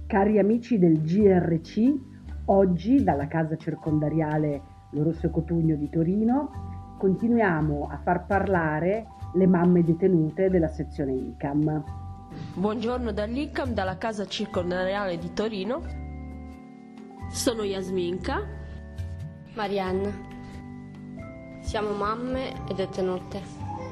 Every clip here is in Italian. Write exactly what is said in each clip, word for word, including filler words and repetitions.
Cari amici del G R C, oggi dalla casa circondariale L'Orosio Cotugno di Torino continuiamo a far parlare le mamme detenute della sezione I C A M. Buongiorno dall'I C A M, dalla casa circondariale di Torino. Sono Yasminka. Marianna. Siamo mamme e detenute.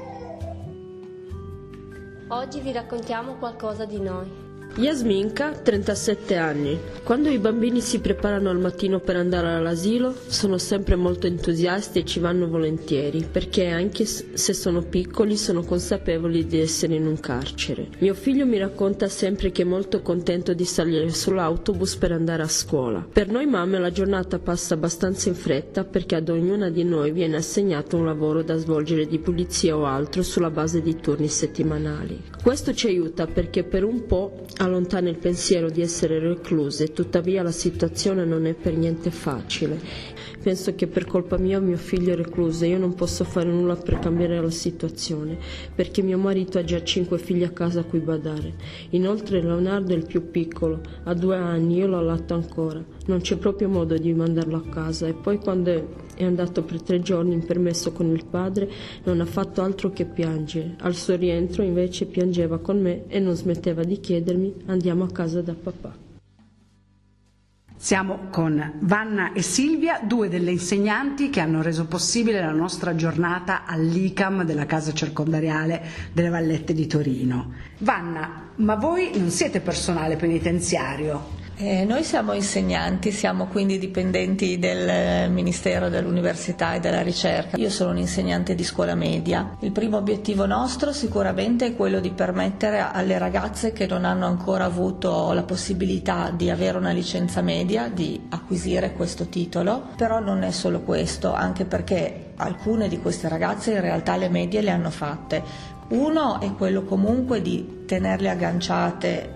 Oggi vi raccontiamo qualcosa di noi. Yasminka, trentasette anni. Quando i bambini si preparano al mattino per andare all'asilo, sono sempre molto entusiasti e ci vanno volentieri, perché anche se sono piccoli sono consapevoli di essere in un carcere. Mio figlio mi racconta sempre che è molto contento di salire sull'autobus per andare a scuola. Per noi mamme la giornata passa abbastanza in fretta, perché ad ognuna di noi viene assegnato un lavoro da svolgere di pulizia o altro sulla base di turni settimanali. Questo ci aiuta perché per un po' allontana il pensiero di essere recluse, tuttavia la situazione non è per niente facile. Penso che per colpa mia mio figlio è recluso e io non posso fare nulla per cambiare la situazione, perché mio marito ha già cinque figli a casa a cui badare. Inoltre Leonardo è il più piccolo, ha due anni, io lo allatto ancora. Non c'è proprio modo di mandarlo a casa e poi quando è andato per tre giorni in permesso con il padre non ha fatto altro che piangere. Al suo rientro invece piangeva con me e non smetteva di chiedermi: andiamo a casa da papà. Siamo con Vanna e Silvia, due delle insegnanti che hanno reso possibile la nostra giornata all'I C A M della casa circondariale delle Vallette di Torino. Vanna, ma voi non siete personale penitenziario? Eh, noi siamo insegnanti, siamo quindi dipendenti del Ministero dell'Università e della Ricerca. Io sono un'insegnante di scuola media. Il primo obiettivo nostro sicuramente è quello di permettere alle ragazze che non hanno ancora avuto la possibilità di avere una licenza media di acquisire questo titolo, però non è solo questo, anche perché alcune di queste ragazze in realtà le medie le hanno fatte. Uno è quello comunque di tenerle agganciate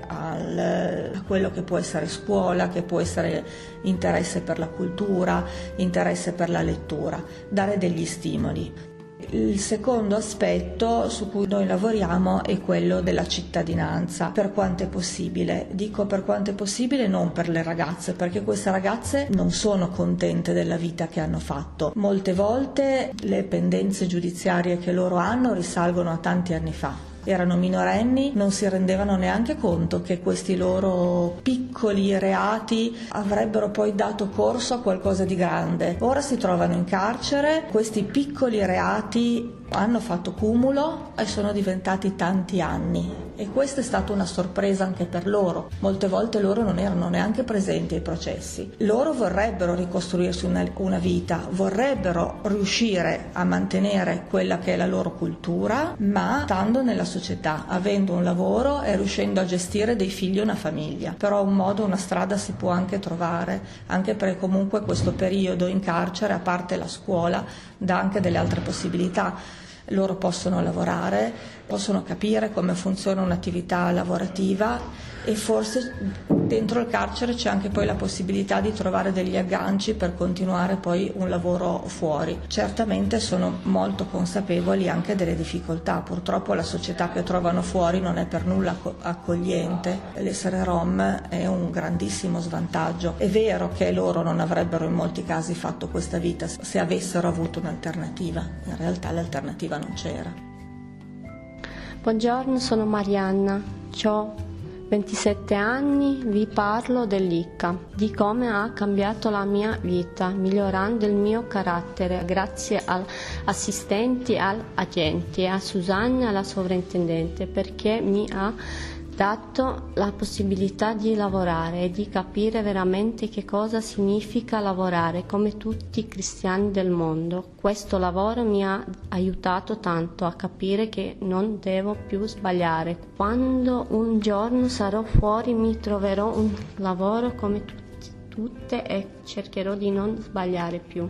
al, a quello che può essere scuola, che può essere interesse per la cultura, interesse per la lettura, dare degli stimoli. Il secondo aspetto su cui noi lavoriamo è quello della cittadinanza, per quanto è possibile. Dico per quanto è possibile non per le ragazze, perché queste ragazze non sono contente della vita che hanno fatto. Molte volte le pendenze giudiziarie che loro hanno risalgono a tanti anni fa. Erano minorenni, non si rendevano neanche conto che questi loro piccoli reati avrebbero poi dato corso a qualcosa di grande. Ora si trovano in carcere, questi piccoli reati hanno fatto cumulo e sono diventati tanti anni, e questa è stata una sorpresa anche per loro. Molte volte loro non erano neanche presenti ai processi. Loro vorrebbero ricostruirsi una, una vita, vorrebbero riuscire a mantenere quella che è la loro cultura, ma stando nella società, avendo un lavoro e riuscendo a gestire dei figli e una famiglia. Però un modo, una strada si può anche trovare, anche perché comunque questo periodo in carcere, a parte la scuola, dà anche delle altre possibilità. Loro possono lavorare, possono capire come funziona un'attività lavorativa, e forse dentro il carcere c'è anche poi la possibilità di trovare degli agganci per continuare poi un lavoro fuori. Certamente sono molto consapevoli anche delle difficoltà. Purtroppo la società che trovano fuori non è per nulla accogliente. L'essere rom è un grandissimo svantaggio. È vero che loro non avrebbero in molti casi fatto questa vita se avessero avuto un'alternativa. In realtà l'alternativa non c'era. Buongiorno, sono Marianna, ho ventisette anni, vi parlo dell'I C A M, di come ha cambiato la mia vita, migliorando il mio carattere grazie agli assistenti, agli agenti, a Susanna, la sovrintendente, perché mi ha dato la possibilità di lavorare e di capire veramente che cosa significa lavorare come tutti i cristiani del mondo. Questo lavoro mi ha aiutato tanto a capire che non devo più sbagliare. Quando un giorno sarò fuori mi troverò un lavoro come tutti, tutte e cercherò di non sbagliare più.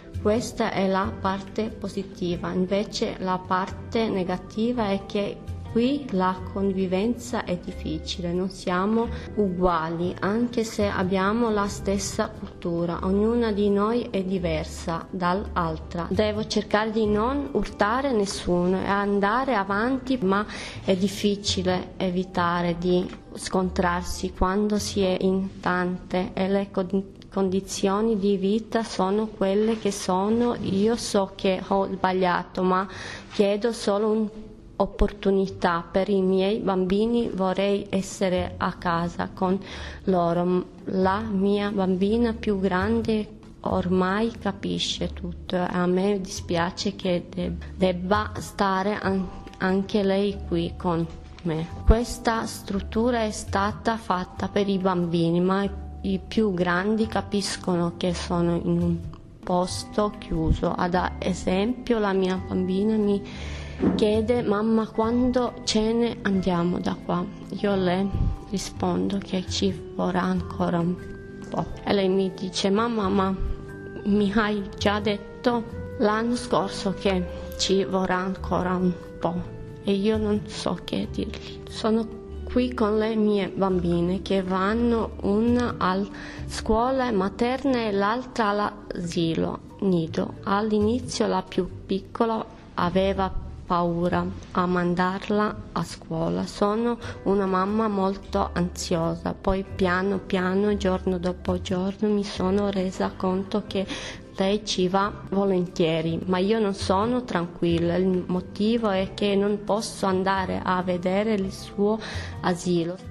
Questa è la parte positiva, invece la parte negativa è che Qui la convivenza è difficile, non siamo uguali, anche se abbiamo la stessa cultura. Ognuna di noi è diversa dall'altra. Devo cercare di non urtare nessuno e andare avanti, ma è difficile evitare di scontrarsi quando si è in tante e le condizioni di vita sono quelle che sono. Io so che ho sbagliato, ma chiedo solo un opportunità per i miei bambini, vorrei essere a casa con loro. La mia bambina più grande ormai capisce tutto e a me dispiace che debba stare anche lei qui con me. Questa struttura è stata fatta per i bambini, ma i più grandi capiscono che sono in un posto chiuso. Ad esempio la mia bambina mi chiede: mamma, quando ce ne andiamo da qua? Io le rispondo che ci vorrà ancora un po'. E lei mi dice: mamma, ma mi hai già detto l'anno scorso che ci vorrà ancora un po'. E io non so che dirgli. Sono qui con le mie bambine che vanno una alla scuola materna e l'altra all'asilo nido. All'inizio la più piccola aveva paura a mandarla a scuola. Sono una mamma molto ansiosa, poi piano piano, giorno dopo giorno, mi sono resa conto che lei ci va volentieri, ma io non sono tranquilla. Il motivo è che non posso andare a vedere il suo asilo.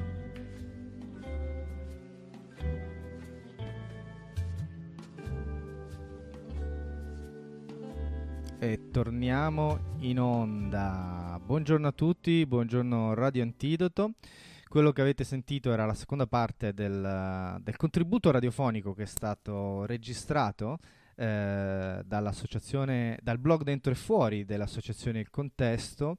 E torniamo in onda. Buongiorno a tutti, buongiorno Radio Antidoto. Quello che avete sentito era la seconda parte del, del contributo radiofonico che è stato registrato eh, dall'associazione, dal blog Dentro e Fuori dell'associazione Il Contesto,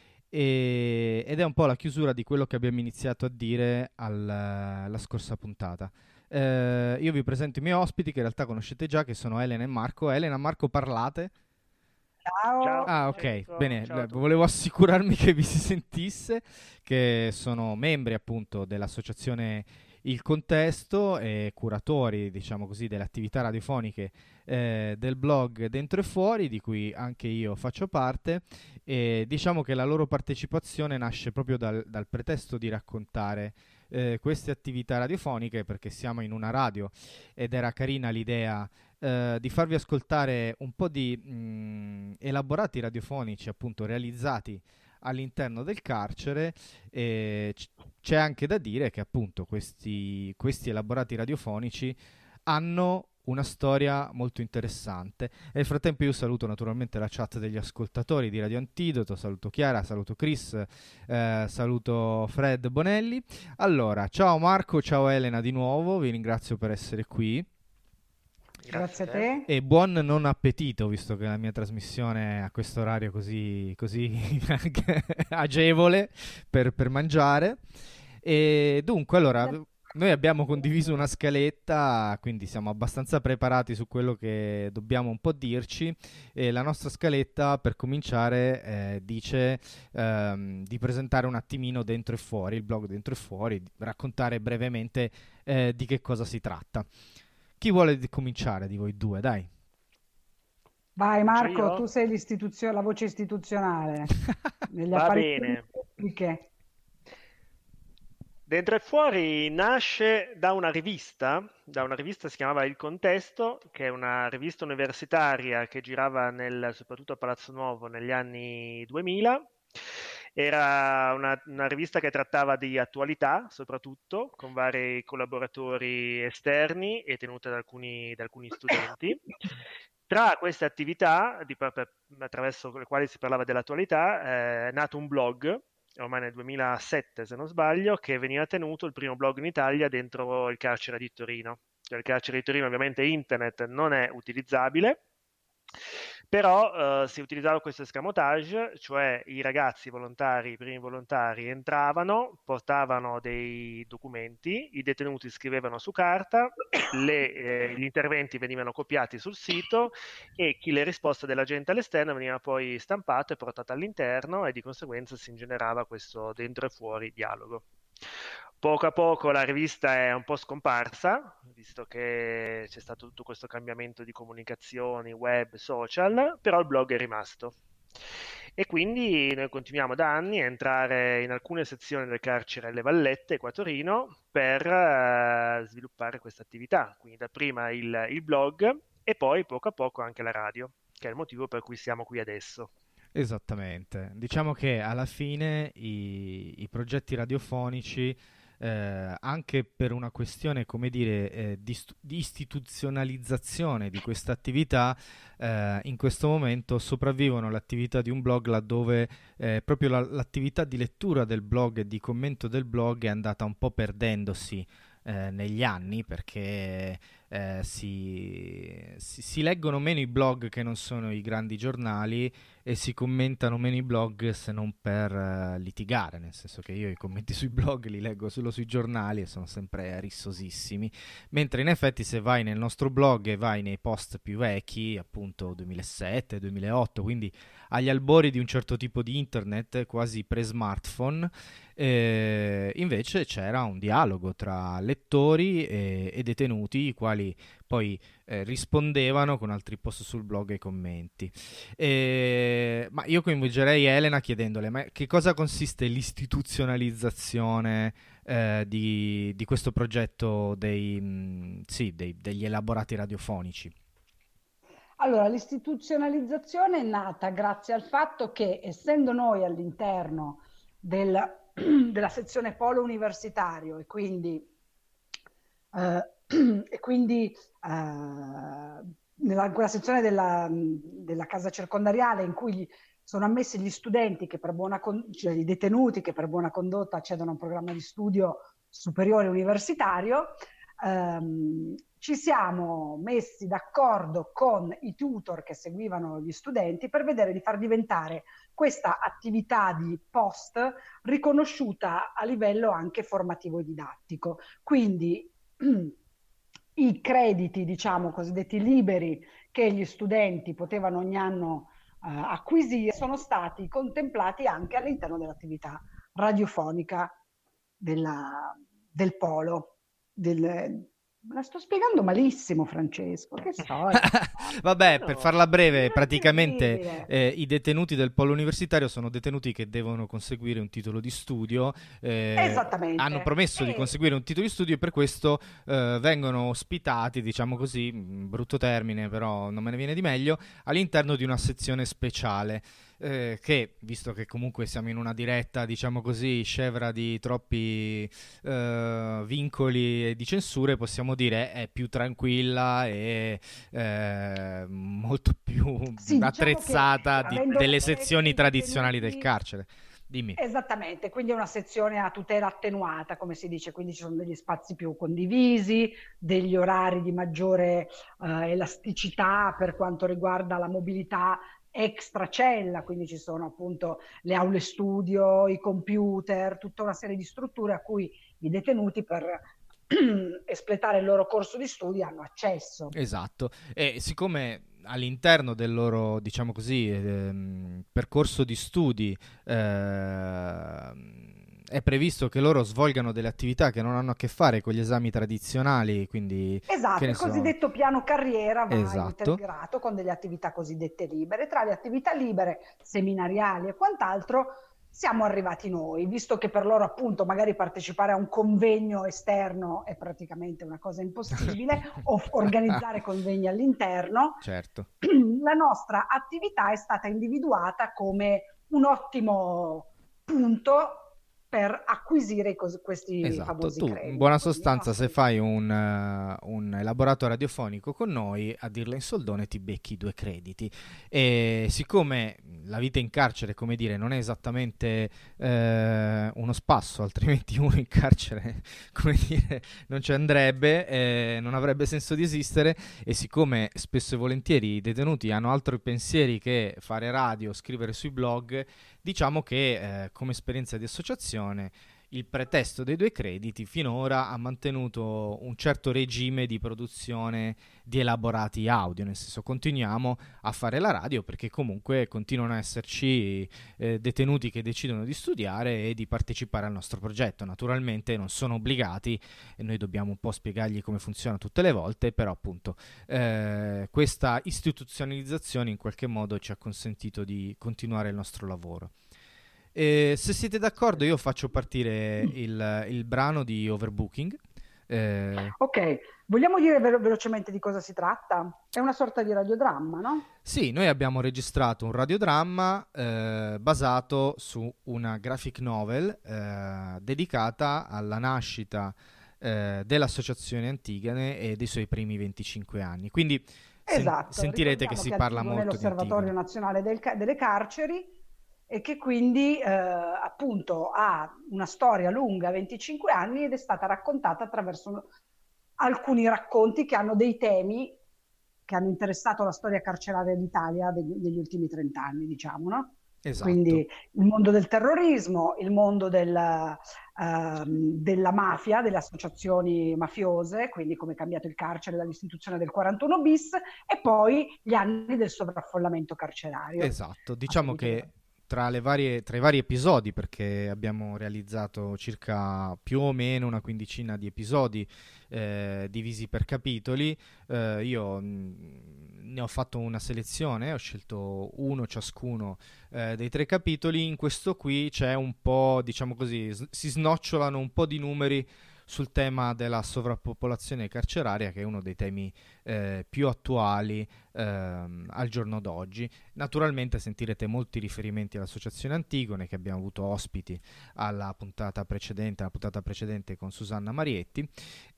e, ed è un po' la chiusura di quello che abbiamo iniziato a dire al, alla scorsa puntata. Eh, io vi presento i miei ospiti, che in realtà conoscete già, che sono Elena e Marco. Elena, Marco, parlate. Ciao. Ciao. Ah, ok, Ciao. bene, Ciao a tutti. volevo assicurarmi che vi si sentisse, che sono membri appunto dell'associazione Il Contesto e curatori, diciamo così, delle attività radiofoniche eh, del blog Dentro e Fuori, di cui anche io faccio parte, e diciamo che la loro partecipazione nasce proprio dal, dal pretesto di raccontare eh, queste attività radiofoniche, perché siamo in una radio ed era carina l'idea Uh, di farvi ascoltare un po' di mh, elaborati radiofonici appunto realizzati all'interno del carcere. E c- c'è anche da dire che appunto questi, questi elaborati radiofonici hanno una storia molto interessante. E nel frattempo io saluto naturalmente la chat degli ascoltatori di Radio Antidoto, saluto Chiara, saluto Chris, eh, saluto Fred Bonelli. Allora, ciao Marco, ciao Elena di nuovo, vi ringrazio per essere qui. Grazie a te. E buon non appetito, visto che la mia trasmissione è a questo orario così, così agevole per, per mangiare. E dunque, allora, noi abbiamo condiviso una scaletta, quindi siamo abbastanza preparati su quello che dobbiamo un po' dirci. E la nostra scaletta, per cominciare, eh, dice ehm, di presentare un attimino Dentro e Fuori, il blog Dentro e Fuori, di raccontare brevemente eh, di che cosa si tratta. Chi vuole di- cominciare di voi due? Dai. Vai Comincio Marco, io? tu sei l'istituzio- la voce istituzionale negli Va apparizioni bene. pubbliche. Dentro e Fuori nasce da una rivista, da una rivista si chiamava Il Contesto, che è una rivista universitaria che girava nel, soprattutto a Palazzo Nuovo negli anni duemila. Era una, una rivista che trattava di attualità, soprattutto, con vari collaboratori esterni e tenuta da alcuni, da alcuni studenti. Tra queste attività, di, per- per- attraverso le quali si parlava dell'attualità, eh, è nato un blog, ormai nel duemilasette se non sbaglio, che veniva tenuto il primo blog in Italia dentro il carcere di Torino. Cioè, il carcere di Torino ovviamente internet non è utilizzabile, Però eh, si utilizzava questo escamotage, cioè i ragazzi volontari, i primi volontari entravano, portavano dei documenti, i detenuti scrivevano su carta, le, eh, gli interventi venivano copiati sul sito e chi le risposte della gente all'esterno veniva poi stampato e portato all'interno, e di conseguenza si ingenerava questo dentro e fuori dialogo. Poco a poco la rivista è un po' scomparsa, visto che c'è stato tutto questo cambiamento di comunicazioni, web, social, però il blog è rimasto. E quindi noi continuiamo da anni a entrare in alcune sezioni del carcere alle Vallette qua a Torino per uh, sviluppare questa attività. Quindi dapprima il, il blog e poi poco a poco anche la radio, che è il motivo per cui siamo qui adesso. Esattamente. Diciamo che alla fine i, i progetti radiofonici, eh, anche per una questione, come dire, eh, di, stu- di istituzionalizzazione di questa attività, eh, in questo momento sopravvivono l'attività di un blog laddove eh, proprio la, l'attività di lettura del blog e di commento del blog è andata un po' perdendosi eh, negli anni, perché eh, si, si, si leggono meno i blog che non sono i grandi giornali, e si commentano meno i blog se non per uh, litigare, nel senso che io i commenti sui blog li leggo solo sui giornali e sono sempre rissosissimi, mentre in effetti se vai nel nostro blog e vai nei post più vecchi, appunto duemilasette duemilaotto, quindi agli albori di un certo tipo di internet, quasi pre-smartphone, eh, invece c'era un dialogo tra lettori e, e detenuti, i quali poi eh, rispondevano con altri post sul blog ai commenti. E, ma io coinvolgerei Elena chiedendole: ma che cosa consiste l'istituzionalizzazione eh, di, di questo progetto dei, mh, sì, dei, degli elaborati radiofonici? Allora, l'istituzionalizzazione è nata grazie al fatto che, essendo noi all'interno del, della sezione polo universitario e quindi, eh, e quindi eh, nella quella sezione della, della casa circondariale in cui sono ammessi gli studenti che per buona con- cioè i detenuti che per buona condotta accedono a un programma di studio superiore universitario, ehm, ci siamo messi d'accordo con i tutor che seguivano gli studenti per vedere di far diventare questa attività di post riconosciuta a livello anche formativo e didattico. Quindi i crediti, diciamo, cosiddetti liberi che gli studenti potevano ogni anno eh, acquisire sono stati contemplati anche all'interno dell'attività radiofonica della, del polo. Del, me la sto spiegando malissimo, Francesco, che storia. Vabbè, per farla breve, È praticamente incredibile. eh, i detenuti del polo universitario sono detenuti che devono conseguire un titolo di studio, eh, Esattamente. hanno promesso di E- conseguire un titolo di studio e per questo eh, vengono ospitati, diciamo così, mh, brutto termine, però non me ne viene di meglio, all'interno di una sezione speciale. Eh, che, visto che comunque siamo in una diretta, diciamo così, scevra di troppi eh, vincoli e di censure, possiamo dire è più tranquilla e eh, molto più Sì, diciamo attrezzata che, di- avendo delle preso sezioni i tradizionali del detenuti- carcere. Dimmi. Esattamente, quindi è una sezione a tutela attenuata, come si dice, quindi ci sono degli spazi più condivisi, degli orari di maggiore eh, elasticità per quanto riguarda la mobilità extra cella, quindi ci sono appunto le aule studio, i computer, tutta una serie di strutture a cui i detenuti per espletare il loro corso di studi hanno accesso. Esatto, e siccome all'interno del loro, diciamo così, ehm, percorso di studi ehm, è previsto che loro svolgano delle attività che non hanno a che fare con gli esami tradizionali, quindi Esatto, che ne il so. cosiddetto piano carriera va Esatto. integrato con delle attività cosiddette libere. Tra le attività libere, seminariali e quant'altro, siamo arrivati noi, visto che per loro appunto magari partecipare a un convegno esterno è praticamente una cosa impossibile, o organizzare convegni all'interno, Certo. la nostra attività è stata individuata come un ottimo punto per acquisire i cos- questi Esatto, famosi tu crediti. in buona Quindi sostanza no, se fai un, eh, un elaborato radiofonico con noi, a dirla in soldone ti becchi due crediti, e siccome la vita in carcere, come dire, non è esattamente eh, uno spasso, altrimenti uno in carcere, come dire, non ci andrebbe, eh, non avrebbe senso di esistere, e siccome spesso e volentieri i detenuti hanno altri pensieri che fare radio, scrivere sui blog, diciamo che eh, come esperienza di associazione il pretesto dei due crediti finora ha mantenuto un certo regime di produzione di elaborati audio, nel senso continuiamo a fare la radio perché comunque continuano a esserci eh, detenuti che decidono di studiare e di partecipare al nostro progetto. Naturalmente non sono obbligati e noi dobbiamo un po' spiegargli come funziona tutte le volte, però appunto eh, questa istituzionalizzazione in qualche modo ci ha consentito di continuare il nostro lavoro. Eh, se siete d'accordo io faccio partire il, il brano di Overbooking. Eh... Ok, vogliamo dire velo- velocemente di cosa si tratta? È una sorta di radiodramma, no? Sì, noi abbiamo registrato un radiodramma eh, basato su una graphic novel eh, dedicata alla nascita eh, dell'Associazione Antigone e dei suoi primi venticinque anni. Quindi esatto, sen- sentirete che si che parla Antigone molto è l'Osservatorio di Nazionale del ca- delle Carceri, e che quindi eh, appunto ha una storia lunga, venticinque anni, ed è stata raccontata attraverso alcuni racconti che hanno dei temi che hanno interessato la storia carceraria d'Italia degli, degli ultimi trent'anni, diciamo, no? Esatto. Quindi il mondo del terrorismo, il mondo del, uh, della mafia, delle associazioni mafiose, quindi come è cambiato il carcere dall'istituzione del quarantuno bis, e poi gli anni del sovraffollamento carcerario. Esatto, diciamo che Tra, le varie, tra i vari episodi, perché abbiamo realizzato circa più o meno una quindicina di episodi eh, divisi per capitoli, eh, io mh, ne ho fatto una selezione, ho scelto uno ciascuno eh, dei tre capitoli. In questo qui c'è un po', diciamo così, s- si snocciolano un po' di numeri sul tema della sovrappopolazione carceraria, che è uno dei temi eh, più attuali ehm, al giorno d'oggi. Naturalmente sentirete molti riferimenti all'Associazione Antigone, che abbiamo avuto ospiti alla puntata precedente, alla puntata precedente con Susanna Marietti,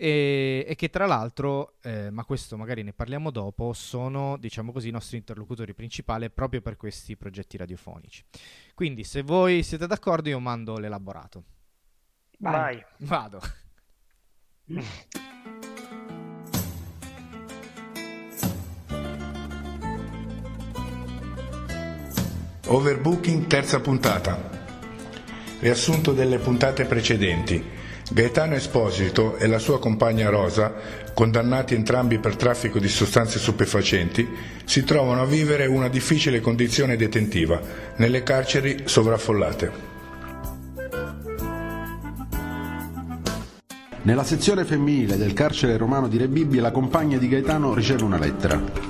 e, e che tra l'altro, eh, ma questo magari ne parliamo dopo, sono, diciamo così, i nostri interlocutori principali proprio per questi progetti radiofonici. Quindi se voi siete d'accordo io mando l'elaborato. Vai. Vado. Overbooking, terza puntata. Riassunto delle puntate precedenti. Gaetano Esposito e la sua compagna Rosa, condannati entrambi per traffico di sostanze stupefacenti, si trovano a vivere una difficile condizione detentiva nelle carceri sovraffollate. Nella sezione femminile del carcere romano di Re Bibbia la compagna di Gaetano riceve una lettera.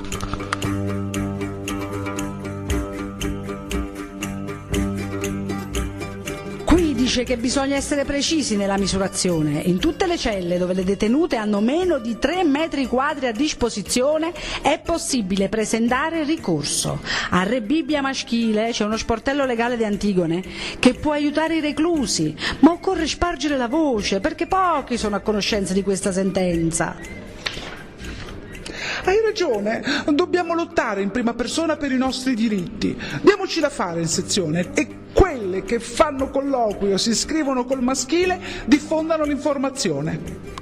Qui dice che bisogna essere precisi nella misurazione. In tutte le celle dove le detenute hanno meno di tre metri quadri a disposizione è possibile presentare ricorso. A Re Bibbia maschile c'è uno sportello legale di Antigone che può aiutare i reclusi, ma occorre spargere la voce perché pochi sono a conoscenza di questa sentenza. Hai ragione, dobbiamo lottare in prima persona per i nostri diritti. Diamoci da fare in sezione e quelle che fanno colloquio o si iscrivono col maschile diffondano l'informazione.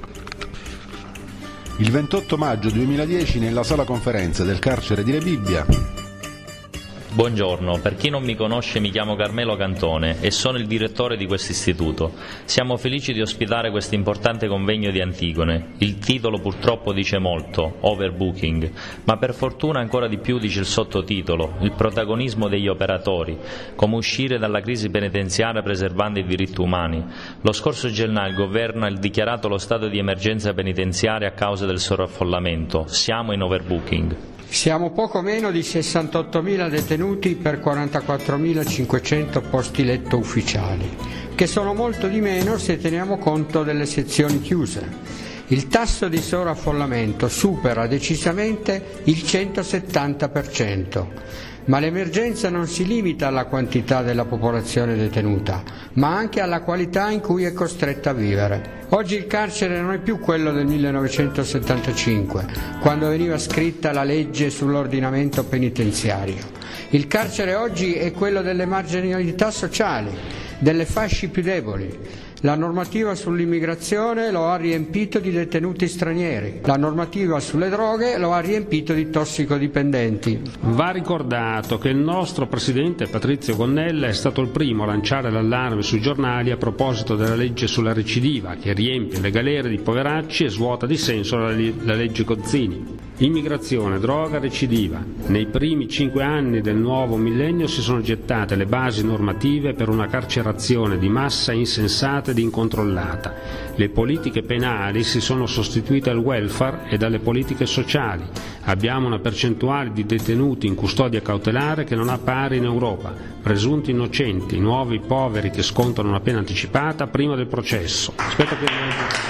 Il ventotto maggio duemiladieci nella sala conferenze del carcere di Re Bibbia. Buongiorno, per chi non mi conosce mi chiamo Carmelo Cantone e sono il direttore di questo istituto. Siamo felici di ospitare questo importante convegno di Antigone. Il titolo purtroppo dice molto, Overbooking, ma per fortuna ancora di più dice il sottotitolo, il protagonismo degli operatori, come uscire dalla crisi penitenziaria preservando i diritti umani. Lo scorso gennaio il governo ha dichiarato lo stato di emergenza penitenziaria a causa del sovraffollamento. Siamo in overbooking. Siamo poco meno di sessantottomila detenuti per quarantaquattromilacinquecento posti letto ufficiali, che sono molto di meno se teniamo conto delle sezioni chiuse. Il tasso di sovraffollamento supera decisamente il centosettanta per cento. Ma l'emergenza non si limita alla quantità della popolazione detenuta, ma anche alla qualità in cui è costretta a vivere. Oggi il carcere non è più quello del millenovecentosettantacinque, quando veniva scritta la legge sull'ordinamento penitenziario. Il carcere oggi è quello delle marginalità sociali, delle fasce più deboli. La normativa sull'immigrazione lo ha riempito di detenuti stranieri, la normativa sulle droghe lo ha riempito di tossicodipendenti. Va ricordato che il nostro presidente Patrizio Gonnella è stato il primo a lanciare l'allarme sui giornali a proposito della legge sulla recidiva, che riempie le galere di poveracci e svuota di senso la, la legge Gozzini. Immigrazione, droga, recidiva. Nei primi cinque anni del nuovo millennio si sono gettate le basi normative per una carcerazione di massa insensata ed incontrollata. Le politiche penali si sono sostituite al welfare e dalle politiche sociali. Abbiamo una percentuale di detenuti in custodia cautelare che non ha pari in Europa, presunti innocenti, nuovi poveri che scontano una pena anticipata prima del processo. Aspetta che...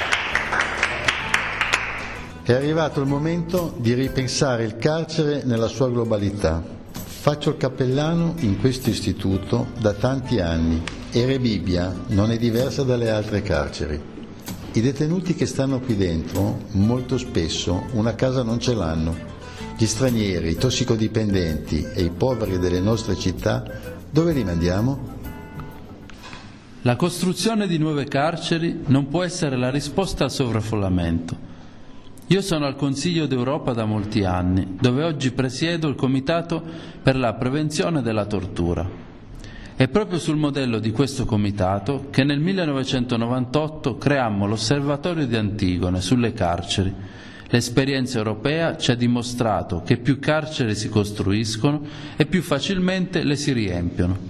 È arrivato il momento di ripensare il carcere nella sua globalità. Faccio il cappellano in questo istituto da tanti anni e Rebibbia non è diversa dalle altre carceri. I detenuti che stanno qui dentro molto spesso una casa non ce l'hanno. Gli stranieri, i tossicodipendenti e i poveri delle nostre città, dove li mandiamo? La costruzione di nuove carceri non può essere la risposta al sovraffollamento. Io sono al Consiglio d'Europa da molti anni, dove oggi presiedo il Comitato per la prevenzione della tortura. È proprio sul modello di questo comitato che nel millenovecentonovantotto creammo l'Osservatorio di Antigone sulle carceri. L'esperienza europea ci ha dimostrato che più carceri si costruiscono e più facilmente le si riempiono.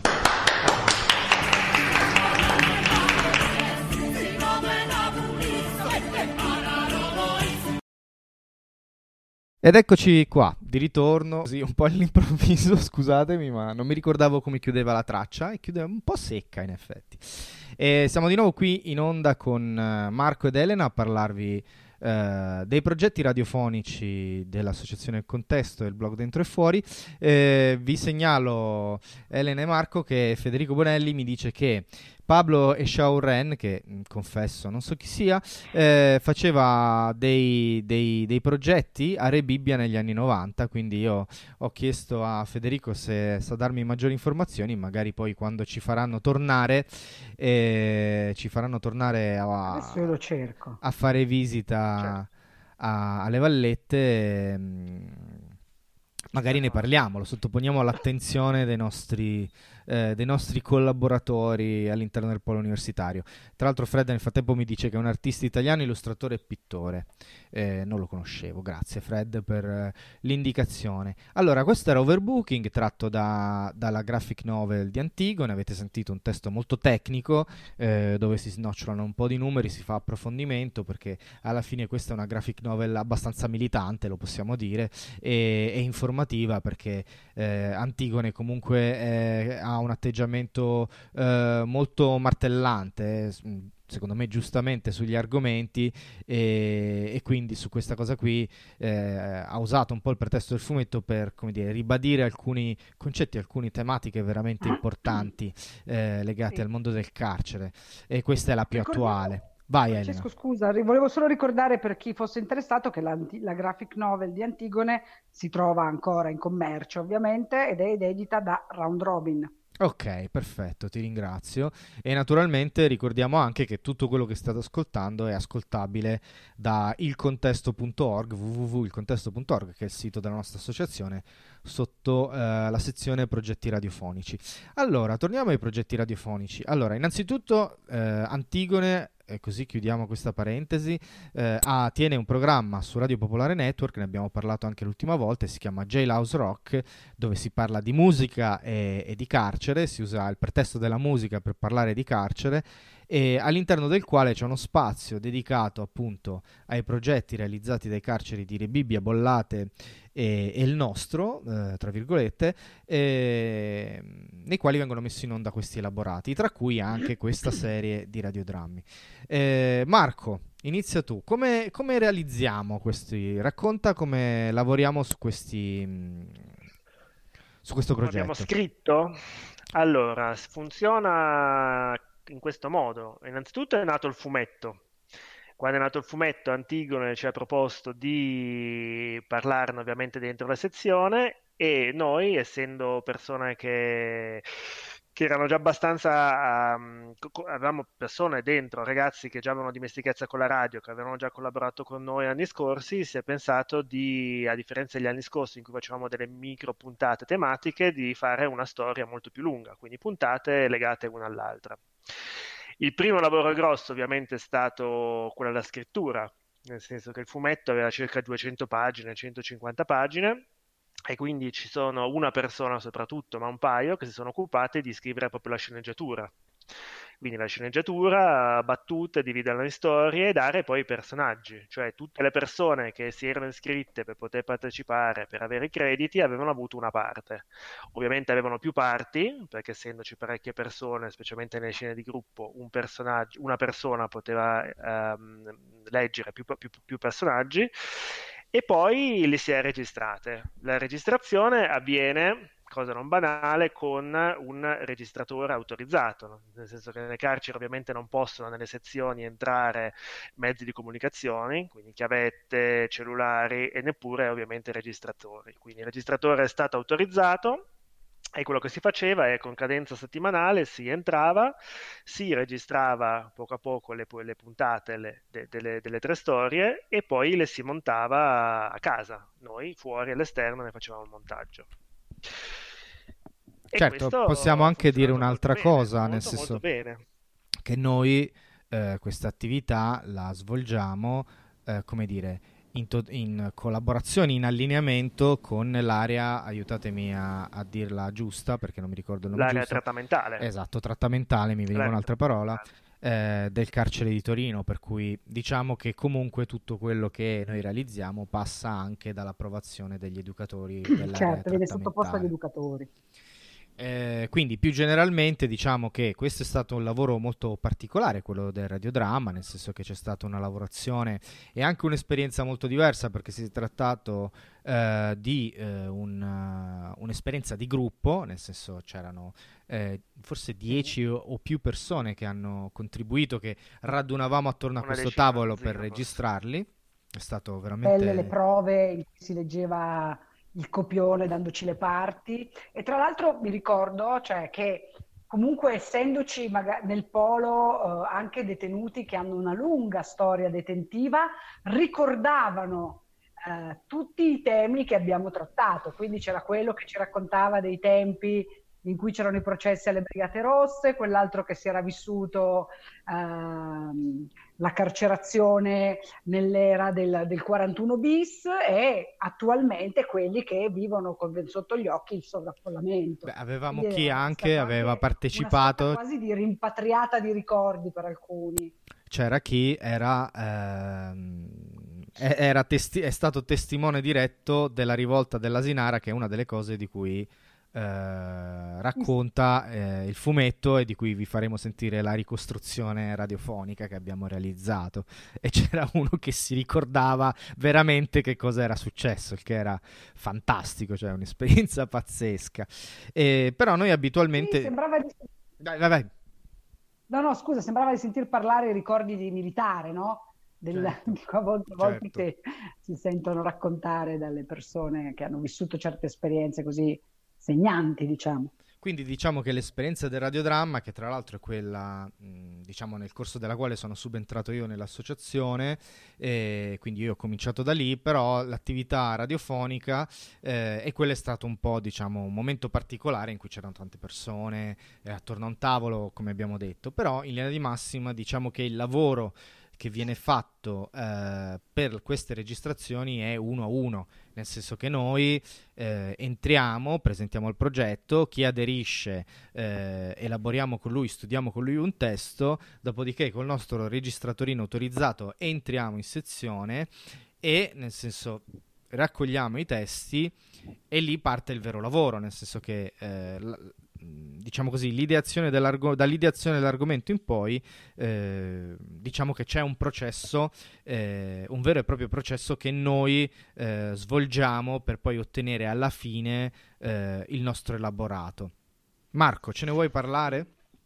Ed eccoci qua, di ritorno, così un po' all'improvviso, scusatemi, ma non mi ricordavo come chiudeva la traccia, e chiudeva un po' secca in effetti. E siamo di nuovo qui in onda con Marco ed Elena a parlarvi eh, dei progetti radiofonici dell'Associazione Il Contesto e il blog Dentro e Fuori. Eh, vi segnalo, Elena e Marco, che Federico Bonelli mi dice che Pablo Echauren, che mh, confesso non so chi sia, eh, faceva dei, dei, dei progetti a Rebibbia negli anni novanta, quindi io ho chiesto a Federico se sa darmi maggiori informazioni, magari poi quando ci faranno tornare eh, ci faranno tornare a, Adesso io lo cerco. a fare visita certo. a, alle Vallette, mh, magari ne parliamo, lo sottoponiamo all'attenzione dei nostri Eh, dei nostri collaboratori all'interno del polo universitario. Tra l'altro Fred nel frattempo mi dice che è un artista italiano, illustratore e pittore. Eh, non lo conoscevo, grazie Fred per eh, l'indicazione. Allora, questo era Overbooking, tratto da, dalla graphic novel di Antigone. Avete sentito un testo molto tecnico eh, dove si snocciolano un po' di numeri, si fa approfondimento, perché alla fine questa è una graphic novel abbastanza militante, lo possiamo dire, e, e informativa, perché eh, Antigone comunque eh, ha un atteggiamento eh, molto martellante, eh, secondo me giustamente, sugli argomenti, e, e quindi su questa cosa qui eh, ha usato un po' il pretesto del fumetto per, come dire, ribadire alcuni concetti, alcune tematiche veramente importanti eh, legate sì. al mondo del carcere, e questa è la più Ricordo... attuale. Vai, Elena. Francesco, scusa, volevo solo ricordare per chi fosse interessato che la, la graphic novel di Antigone si trova ancora in commercio, ovviamente, ed è ed edita da Round Robin. Ok, perfetto, ti ringrazio. E naturalmente ricordiamo anche che tutto quello che state ascoltando è ascoltabile da ilcontesto punto org, w w w punto ilcontesto punto org, che è il sito della nostra associazione, sotto eh, la sezione progetti radiofonici. Allora, torniamo ai progetti radiofonici. Allora, innanzitutto eh, Antigone, e così chiudiamo questa parentesi, eh, ha, tiene un programma su Radio Popolare Network, ne abbiamo parlato anche l'ultima volta, si chiama Jailhouse Rock, dove si parla di musica e, e di carcere, si usa il pretesto della musica per parlare di carcere, e all'interno del quale c'è uno spazio dedicato appunto ai progetti realizzati dai carceri di Rebibbia, Bollate e, e il nostro, eh, tra virgolette, e, nei quali vengono messi in onda questi elaborati, tra cui anche questa serie di radiodrammi. Eh, Marco, inizia tu. Come, come realizziamo questi? Racconta come lavoriamo su questi mh, su questo progetto. Abbiamo scritto? Allora, funziona in questo modo. Innanzitutto è nato il fumetto. Quando è nato il fumetto, Antigone ci ha proposto di parlarne ovviamente dentro la sezione, e noi, essendo persone che, che erano già abbastanza, um, co- avevamo persone dentro, ragazzi che già avevano dimestichezza con la radio, che avevano già collaborato con noi anni scorsi, si è pensato di, a differenza degli anni scorsi in cui facevamo delle micro puntate tematiche, di fare una storia molto più lunga, quindi puntate legate una all'altra. Il primo lavoro grosso ovviamente è stato quello della scrittura, nel senso che il fumetto aveva circa duecento pagine, centocinquanta pagine, e quindi ci sono una persona soprattutto, ma un paio, che si sono occupate di scrivere proprio la sceneggiatura. Quindi la sceneggiatura, battute, dividerla in storie e dare poi i personaggi, cioè tutte le persone che si erano iscritte per poter partecipare, per avere i crediti, avevano avuto una parte. Ovviamente avevano più parti, perché essendoci parecchie persone, specialmente nelle scene di gruppo, un personaggio, una persona poteva ehm, leggere più, più, più personaggi, e poi le si è registrate. La registrazione avviene, cosa non banale, con un registratore autorizzato, no? Nel senso che nelle carceri ovviamente non possono nelle sezioni entrare mezzi di comunicazione, quindi chiavette, cellulari e neppure ovviamente registratori. Quindi il registratore è stato autorizzato. E quello che si faceva è con cadenza settimanale si entrava, si registrava poco a poco le, le puntate le, de, delle, delle tre storie e poi le si montava a casa. Noi fuori all'esterno ne facevamo il montaggio. E certo, possiamo anche dire un'altra bene, cosa, molto, nel molto senso bene. che noi eh, questa attività la svolgiamo, eh, come dire, In, to- in collaborazione, in allineamento con l'area, aiutatemi a, a dirla giusta perché non mi ricordo il nome L'area giusto. trattamentale. Esatto, trattamentale, mi veniva un'altra parola, eh, del carcere di Torino, per cui diciamo che comunque tutto quello che noi realizziamo passa anche dall'approvazione degli educatori dell'area Certo, viene trattamentale. sottoposto agli educatori. Eh, quindi più generalmente diciamo che questo è stato un lavoro molto particolare, quello del radiodramma, nel senso che c'è stata una lavorazione e anche un'esperienza molto diversa, perché si è trattato eh, di eh, un, uh, un'esperienza di gruppo, nel senso c'erano eh, forse dieci o, o più persone che hanno contribuito, che radunavamo attorno a Una questo decina, tavolo sì, per forse. registrarli. È stato veramente... Belle le prove in cui si leggeva il copione dandoci le parti, e tra l'altro mi ricordo, cioè, che comunque essendoci magari nel polo eh, anche detenuti che hanno una lunga storia detentiva, ricordavano eh, tutti i temi che abbiamo trattato, quindi c'era quello che ci raccontava dei tempi in cui c'erano i processi alle Brigate Rosse, quell'altro che si era vissuto ehm, la carcerazione nell'era del, del quarantuno bis, e attualmente quelli che vivono con sotto gli occhi il sovraffollamento. Beh, avevamo Quindi chi era anche stata aveva anche partecipato, una sorta quasi di rimpatriata di ricordi per alcuni. c'era chi era, ehm, è- era testi- è stato testimone diretto della rivolta dell'Asinara, che è una delle cose di cui eh, racconta eh, il fumetto e di cui vi faremo sentire la ricostruzione radiofonica che abbiamo realizzato. E c'era uno che si ricordava veramente che cosa era successo, il che era fantastico, cioè un'esperienza pazzesca. E, però noi abitualmente... Sì, sembrava di... Vai, vai, vai. No, no, scusa, sembrava di sentir parlare i ricordi di militare, no? Del, Certo, di a volte, a volte certo. che si sentono raccontare dalle persone che hanno vissuto certe esperienze così segnanti, diciamo. Quindi diciamo che l'esperienza del radiodramma, che tra l'altro è quella, mh, diciamo, nel corso della quale sono subentrato io nell'associazione, e quindi io ho cominciato da lì, però l'attività radiofonica, eh, e quello è stato un po', diciamo, un momento particolare in cui c'erano tante persone eh, attorno a un tavolo, come abbiamo detto, però in linea di massima diciamo che il lavoro che viene fatto eh, per queste registrazioni è uno a uno, nel senso che noi eh, entriamo, presentiamo il progetto, chi aderisce eh, elaboriamo con lui, studiamo con lui un testo, dopodiché col nostro registratorino autorizzato entriamo in sezione e, nel senso, raccogliamo i testi e lì parte il vero lavoro, nel senso che eh, l- diciamo così, l'ideazione dell'argo- dall'ideazione dell'argomento in poi eh, diciamo che c'è un processo, eh, un vero e proprio processo che noi eh, svolgiamo per poi ottenere alla fine eh, il nostro elaborato. Marco, ce ne vuoi parlare?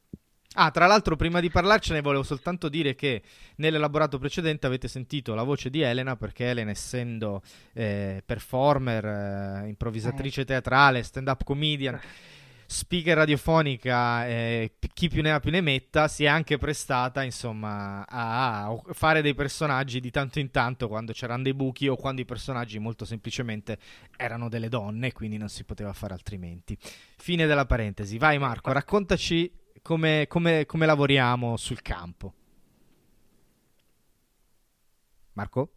Ah, tra l'altro, prima di parlarcene volevo soltanto dire che nell'elaborato precedente avete sentito la voce di Elena, perché Elena, essendo eh, performer, eh, improvvisatrice teatrale, stand-up comedian, speaker radiofonica, eh, chi più ne ha più ne metta, si è anche prestata, insomma, a, a fare dei personaggi di tanto in tanto quando c'erano dei buchi o quando i personaggi molto semplicemente erano delle donne, quindi non si poteva fare altrimenti. Fine della parentesi. Vai Marco, raccontaci Come, come, come lavoriamo sul campo. Marco?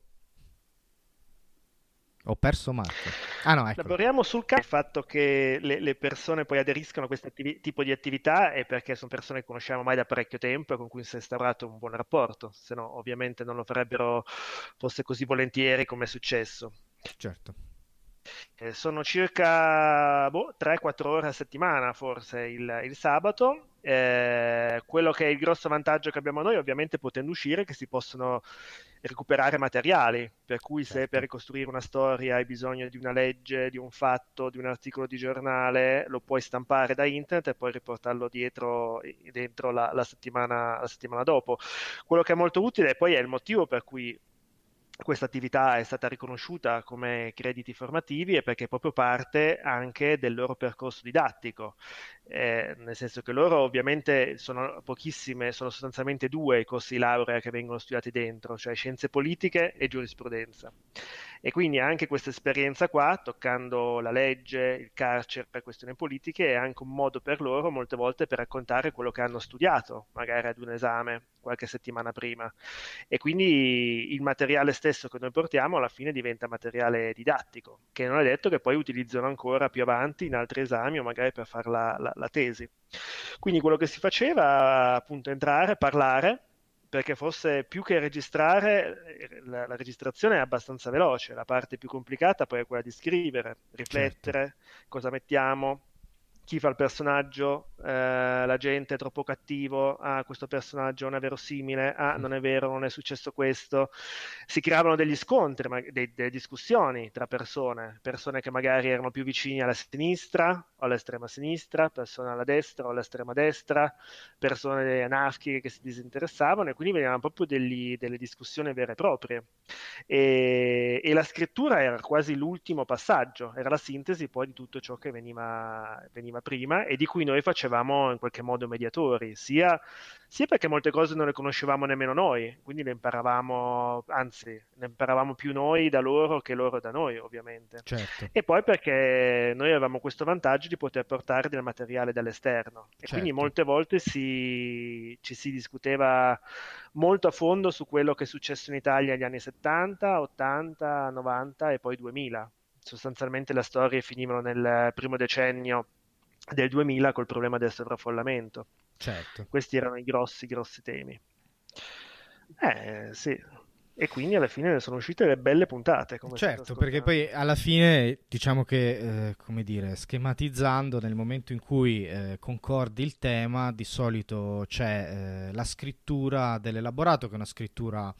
Ho perso Marco. Ah no, ecco. Lavoriamo sul campo. Il fatto che le, le persone poi aderiscano a questo attivi- tipo di attività è perché sono persone che conosciamo ormai da parecchio tempo e con cui si è instaurato un buon rapporto, se no ovviamente non lo farebbero fosse così volentieri come è successo. Certo. Eh, sono circa boh, tre quattro ore a settimana forse il, il sabato. Eh, quello che è il grosso vantaggio che abbiamo noi, ovviamente potendo uscire, è che si possono recuperare materiali, per cui se per ricostruire una storia hai bisogno di una legge, di un fatto, di un articolo di giornale, lo puoi stampare da internet e poi riportarlo dietro dentro la, la settimana, la settimana dopo. Quello che è molto utile poi è il motivo per cui questa attività è stata riconosciuta come crediti formativi e perché proprio parte anche del loro percorso didattico, eh, nel senso che loro ovviamente sono pochissime, sono sostanzialmente due i corsi di laurea che vengono studiati dentro, cioè scienze politiche e giurisprudenza. E quindi anche questa esperienza qua, toccando la legge, il carcere per questioni politiche, è anche un modo per loro molte volte per raccontare quello che hanno studiato, magari ad un esame qualche settimana prima. E quindi il materiale stesso che noi portiamo alla fine diventa materiale didattico, che non è detto che poi utilizzano ancora più avanti in altri esami o magari per fare la, la, la tesi. Quindi quello che si faceva appunto entrare, parlare, perché fosse più che registrare, la, la registrazione è abbastanza veloce, la parte più complicata poi è quella di scrivere, riflettere, certo. Cosa mettiamo, chi fa il personaggio, eh, la gente è troppo cattivo, ah questo personaggio non è verosimile, ah non è vero, non è successo questo. Si creavano degli scontri, ma, dei, delle discussioni tra persone, persone che magari erano più vicine alla sinistra o all'estrema sinistra, persone alla destra o all'estrema destra, persone anarchiche che si disinteressavano, e quindi venivano proprio degli, delle discussioni vere e proprie. E, e la scrittura era quasi l'ultimo passaggio, era la sintesi poi di tutto ciò che veniva, veniva prima e di cui noi facevamo in qualche modo mediatori, sia, sia perché molte cose non le conoscevamo nemmeno noi, quindi le imparavamo, anzi ne imparavamo più noi da loro che loro da noi ovviamente, certo. E poi perché noi avevamo questo vantaggio di poter portare del materiale dall'esterno e certo. Quindi molte volte si, ci si discuteva molto a fondo su quello che è successo in Italia negli anni settanta, ottanta, novanta e poi duemila. Sostanzialmente le storie finivano nel primo decennio del duemila col problema del sovraffollamento. Certo. Questi erano i grossi, grossi temi. Eh, sì. E quindi alla fine ne sono uscite le belle puntate. Come certo, perché poi alla fine diciamo che, eh, come dire, schematizzando, nel momento in cui eh, concordi il tema, di solito c'è eh, la scrittura dell'elaborato, che è una scrittura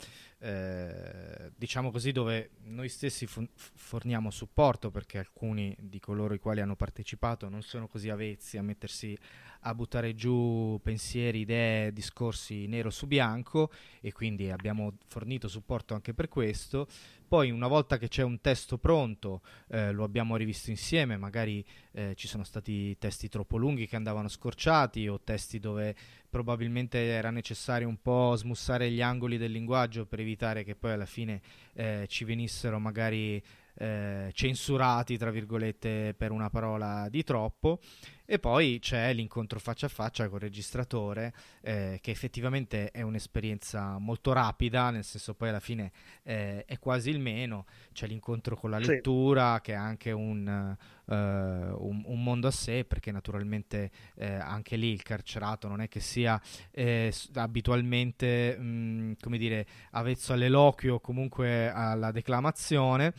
Eh, diciamo così, dove noi stessi fon- forniamo supporto, perché alcuni di coloro i quali hanno partecipato non sono così avvezzi a mettersi a buttare giù pensieri, idee, discorsi nero su bianco, e quindi abbiamo fornito supporto anche per questo. Poi una volta che c'è un testo pronto eh, lo abbiamo rivisto insieme, magari eh, ci sono stati testi troppo lunghi che andavano scorciati, o testi dove probabilmente era necessario un po' smussare gli angoli del linguaggio per evitare che poi alla fine eh, ci venissero magari eh, censurati, tra virgolette, per una parola di troppo. E poi c'è l'incontro faccia a faccia col registratore, eh, che effettivamente è un'esperienza molto rapida, nel senso poi alla fine eh, è quasi il meno. C'è l'incontro con la lettura, sì, che è anche un, uh, un, un mondo a sé, perché naturalmente eh, anche lì il carcerato non è che sia eh, abitualmente mh, come dire, avvezzo all'eloquio o comunque alla declamazione.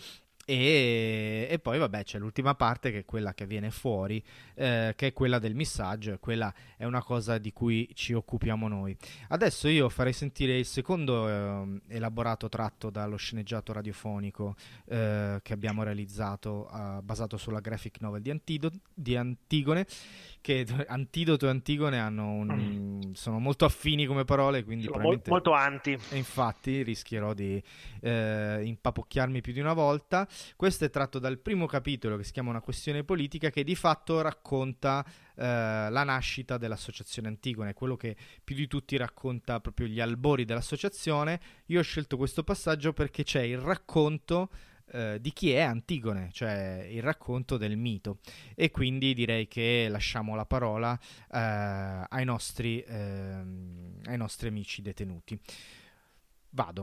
E, e poi vabbè c'è l'ultima parte, che è quella che viene fuori, eh, che è quella del missaggio, e quella è una cosa di cui ci occupiamo noi. Adesso io farei sentire il secondo eh, elaborato tratto dallo sceneggiato radiofonico eh, che abbiamo realizzato, eh, basato sulla graphic novel di, Antido- di Antigone, che antidoto e Antigone hanno un, sono molto affini come parole, quindi sono probabilmente molto anti. E infatti rischierò di eh, impapocchiarmi più di una volta. Questo è tratto dal primo capitolo, che si chiama Una questione politica, che di fatto racconta eh, la nascita dell'associazione Antigone, quello che più di tutti racconta proprio gli albori dell'associazione. Io ho scelto questo passaggio perché c'è il racconto eh, di chi è Antigone, cioè il racconto del mito, e quindi direi che lasciamo la parola eh, ai nostri eh, ai nostri amici detenuti. Vado.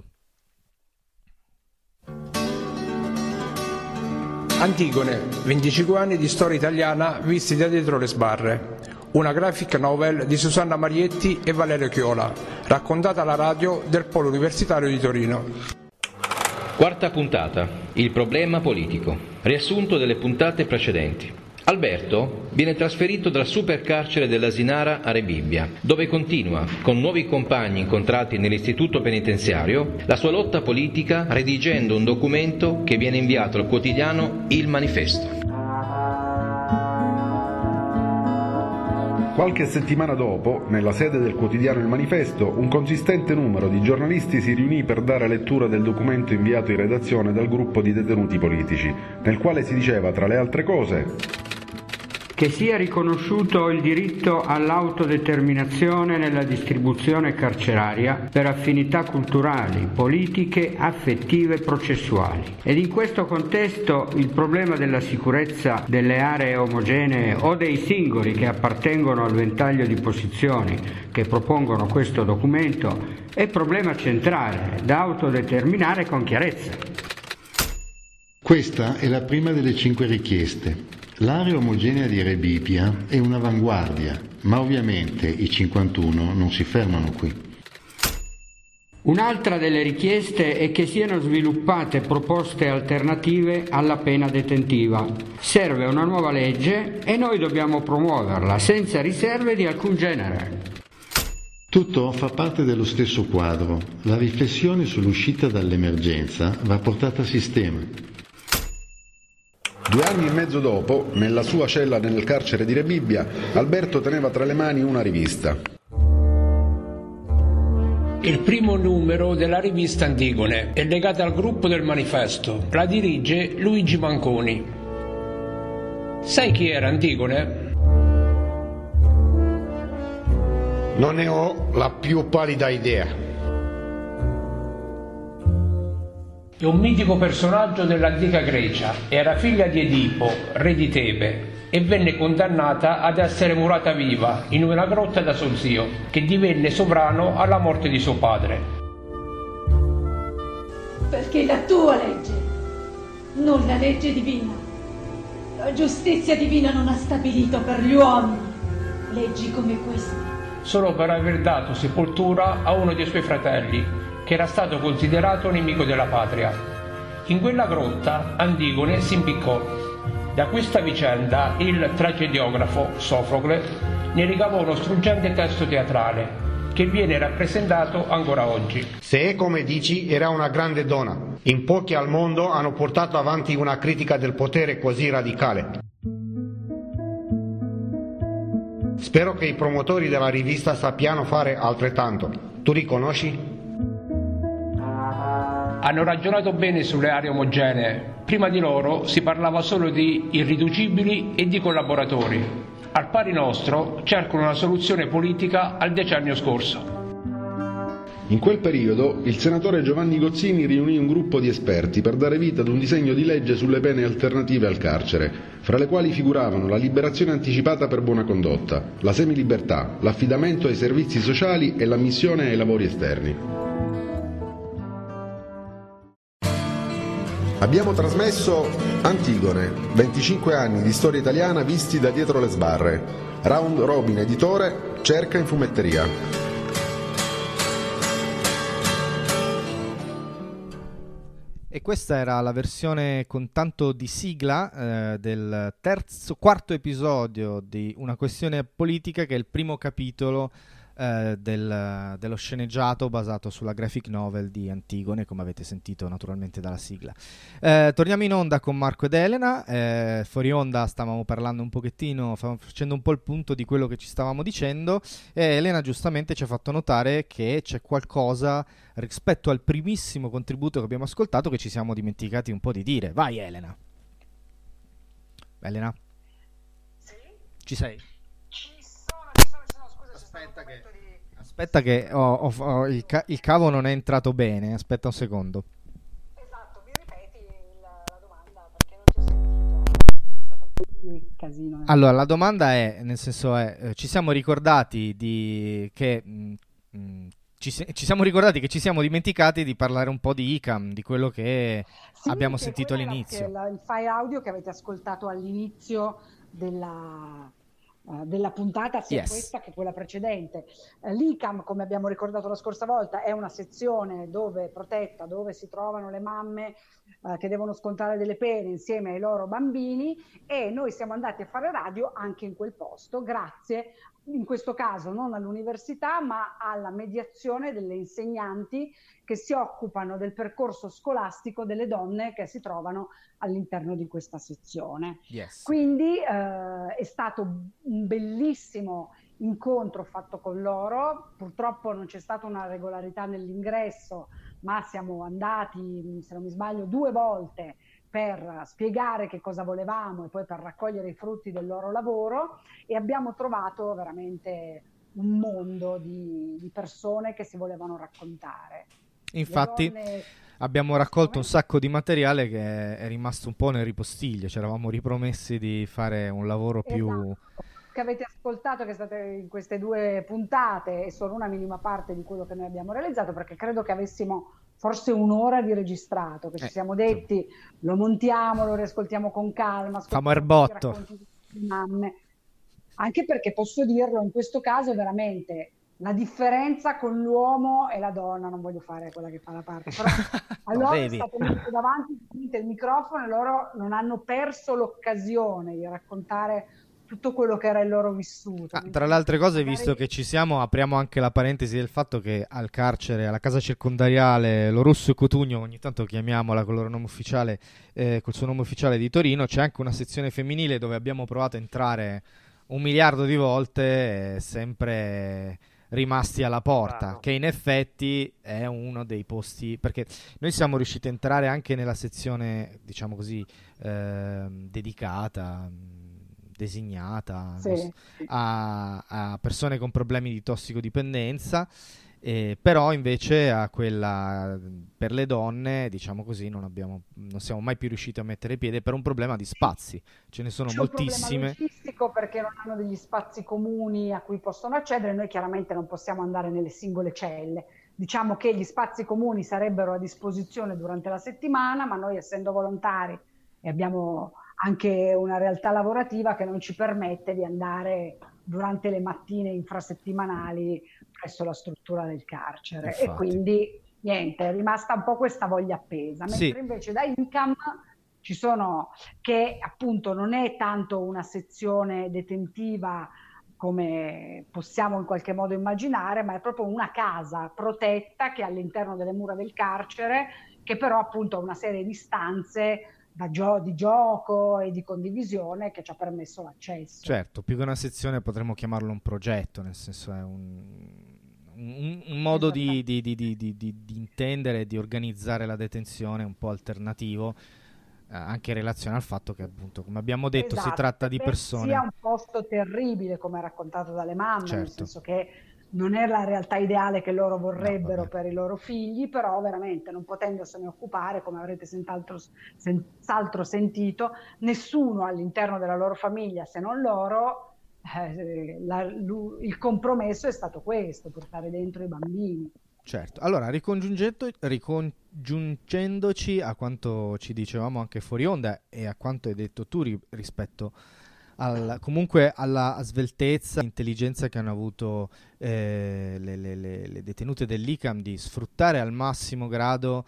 Antigone, venticinque anni di storia italiana visti da dietro le sbarre. Una graphic novel di Susanna Marietti e Valerio Chiola, raccontata alla radio del Polo Universitario di Torino. Quarta puntata, il problema politico. Riassunto delle puntate precedenti. Alberto viene trasferito dal supercarcere dell'Asinara a Rebibbia, dove continua, con nuovi compagni incontrati nell'istituto penitenziario, la sua lotta politica redigendo un documento che viene inviato al quotidiano Il Manifesto. Qualche settimana dopo, nella sede del quotidiano Il Manifesto, un consistente numero di giornalisti si riunì per dare lettura del documento inviato in redazione dal gruppo di detenuti politici, nel quale si diceva, tra le altre cose, che sia riconosciuto il diritto all'autodeterminazione nella distribuzione carceraria per affinità culturali, politiche, affettive e processuali. Ed in questo contesto il problema della sicurezza delle aree omogenee o dei singoli che appartengono al ventaglio di posizioni che propongono questo documento è problema centrale da autodeterminare con chiarezza. Questa è la prima delle cinque richieste. L'area omogenea di Rebibbia è un'avanguardia, ma ovviamente i cinquantuno non si fermano qui. Un'altra delle richieste è che siano sviluppate proposte alternative alla pena detentiva. Serve una nuova legge e noi dobbiamo promuoverla senza riserve di alcun genere. Tutto fa parte dello stesso quadro. La riflessione sull'uscita dall'emergenza va portata a sistema. Due anni e mezzo dopo, nella sua cella nel carcere di Rebibbia, Alberto teneva tra le mani una rivista. Il primo numero della rivista Antigone è legata al gruppo del Manifesto. La dirige Luigi Manconi. Sai chi era Antigone? Non ne ho la più pallida idea. È un mitico personaggio dell'antica Grecia, era figlia di Edipo, re di Tebe, e venne condannata ad essere murata viva in una grotta da suo zio, che divenne sovrano alla morte di suo padre. Perché la tua legge, non la legge divina. La giustizia divina non ha stabilito per gli uomini leggi come queste. Solo per aver dato sepoltura a uno dei suoi fratelli, che era stato considerato nemico della patria. In quella grotta Antigone si impiccò. Da questa vicenda il tragediografo Sofocle ne ricavò uno struggente testo teatrale che viene rappresentato ancora oggi. Se è come dici, era una grande donna. In pochi al mondo hanno portato avanti una critica del potere così radicale. Spero che i promotori della rivista sappiano fare altrettanto. Tu li conosci? Hanno ragionato bene sulle aree omogenee. Prima di loro si parlava solo di irriducibili e di collaboratori. Al pari nostro cercano una soluzione politica al decennio scorso. In quel periodo il senatore Giovanni Gozzini riunì un gruppo di esperti per dare vita ad un disegno di legge sulle pene alternative al carcere, fra le quali figuravano la liberazione anticipata per buona condotta, la semilibertà, l'affidamento ai servizi sociali e l'ammissione ai lavori esterni. Abbiamo trasmesso Antigone, venticinque anni di storia italiana visti da dietro le sbarre. Round Robin editore, cerca in fumetteria. E questa era la versione con tanto di sigla eh, del terzo, quarto episodio di Una questione politica, che è il primo capitolo eh, del, dello sceneggiato basato sulla graphic novel di Antigone, come avete sentito naturalmente dalla sigla. Eh, torniamo in onda con Marco ed Elena. Eh, fuori onda stavamo parlando un pochettino, facendo un po' il punto di quello che ci stavamo dicendo, e Elena giustamente ci ha fatto notare che c'è qualcosa rispetto al primissimo contributo che abbiamo ascoltato che ci siamo dimenticati un po' di dire. Vai Elena. Elena? Sì? Ci sei? Ci sono, ci sono, ci sono. Scusa, aspetta che, di... aspetta che ho, ho, ho, il, ca- il cavo non è entrato bene, aspetta un secondo. Esatto, mi ripeti la, la domanda perché non ti ho sentito, è stato un po' di casino. Eh. Allora, la domanda è, nel senso è, eh, ci siamo ricordati di che... Mh, mh, Ci, ci siamo ricordati che ci siamo dimenticati di parlare un po' di I C A M, di quello che sì, abbiamo che sentito all'inizio. La, il file audio che avete ascoltato all'inizio della, uh, della puntata, sia yes. questa che quella precedente. Uh, L'I C A M, come abbiamo ricordato la scorsa volta, è una sezione dove protetta, dove si trovano le mamme uh, che devono scontare delle pene insieme ai loro bambini, e noi siamo andati a fare radio anche in quel posto, grazie in questo caso non all'università ma alla mediazione delle insegnanti che si occupano del percorso scolastico delle donne che si trovano all'interno di questa sezione. Yes. Quindi eh, è stato un bellissimo incontro fatto con loro, purtroppo non c'è stata una regolarità nell'ingresso, ma siamo andati, se non mi sbaglio, due volte per spiegare che cosa volevamo e poi per raccogliere i frutti del loro lavoro, e abbiamo trovato veramente un mondo di, di persone che si volevano raccontare. Infatti donne... abbiamo raccolto un sacco di materiale che è rimasto un po' nel ripostiglio, ci eravamo ripromessi di fare un lavoro più... Esatto. Che avete ascoltato, che state in queste due puntate, è solo una minima parte di quello che noi abbiamo realizzato, perché credo che avessimo forse un'ora di registrato, che ci eh, siamo detti sì. Lo montiamo, lo riascoltiamo con calma, famo il botto, mamme. Anche perché posso dirlo, in questo caso veramente la differenza con l'uomo e la donna, non voglio fare quella che fa la parte, però allora è stato messo davanti il microfono e loro non hanno perso l'occasione di raccontare tutto quello che era il loro vissuto. Ah, tra le altre cose, magari... visto che ci siamo, apriamo anche la parentesi del fatto che al carcere, alla casa circondariale Lo Russo e Cotugno, ogni tanto chiamiamola con il loro nome ufficiale, eh, col suo nome ufficiale di Torino, c'è anche una sezione femminile dove abbiamo provato a entrare un miliardo di volte, eh, sempre rimasti alla porta, wow. Che in effetti è uno dei posti, perché noi siamo riusciti a entrare anche nella sezione, diciamo così, eh, dedicata, designata sì. a, a persone con problemi di tossicodipendenza, eh, però invece a quella per le donne, diciamo così, non abbiamo non siamo mai più riusciti a mettere piede per un problema di spazi. Ce ne sono C'è moltissime. Un problema logistico, perché non hanno degli spazi comuni a cui possono accedere. Noi chiaramente non possiamo andare nelle singole celle. Diciamo che gli spazi comuni sarebbero a disposizione durante la settimana, ma noi, essendo volontari e abbiamo anche una realtà lavorativa che non ci permette di andare durante le mattine infrasettimanali presso la struttura del carcere. Infatti. E quindi niente, è rimasta un po' questa voglia appesa, mentre sì. Invece da I C A M ci sono, che appunto non è tanto una sezione detentiva come possiamo in qualche modo immaginare, ma è proprio una casa protetta che è all'interno delle mura del carcere, che però appunto ha una serie di stanze da gio- di gioco e di condivisione che ci ha permesso l'accesso. Certo, più che una sezione potremmo chiamarlo un progetto, nel senso è un, un, un modo di, di, di, di, di, di intendere e di organizzare la detenzione un po' alternativo, eh, anche in relazione al fatto che appunto, come abbiamo detto, esatto, si tratta di persone... sia un posto terribile, come raccontato dalle mamme, certo. Nel senso che non è la realtà ideale che loro vorrebbero no, per i loro figli, però veramente non potendosene occupare, come avrete senz'altro, senz'altro sentito, nessuno all'interno della loro famiglia, se non loro, eh, la, il compromesso è stato questo, portare dentro i bambini. Certo, allora ricongiungendoci a quanto ci dicevamo anche fuori onda e a quanto hai detto tu ri- rispetto al, comunque alla sveltezza, intelligenza che hanno avuto eh, le, le, le, le detenute dell'I C A M di sfruttare al massimo grado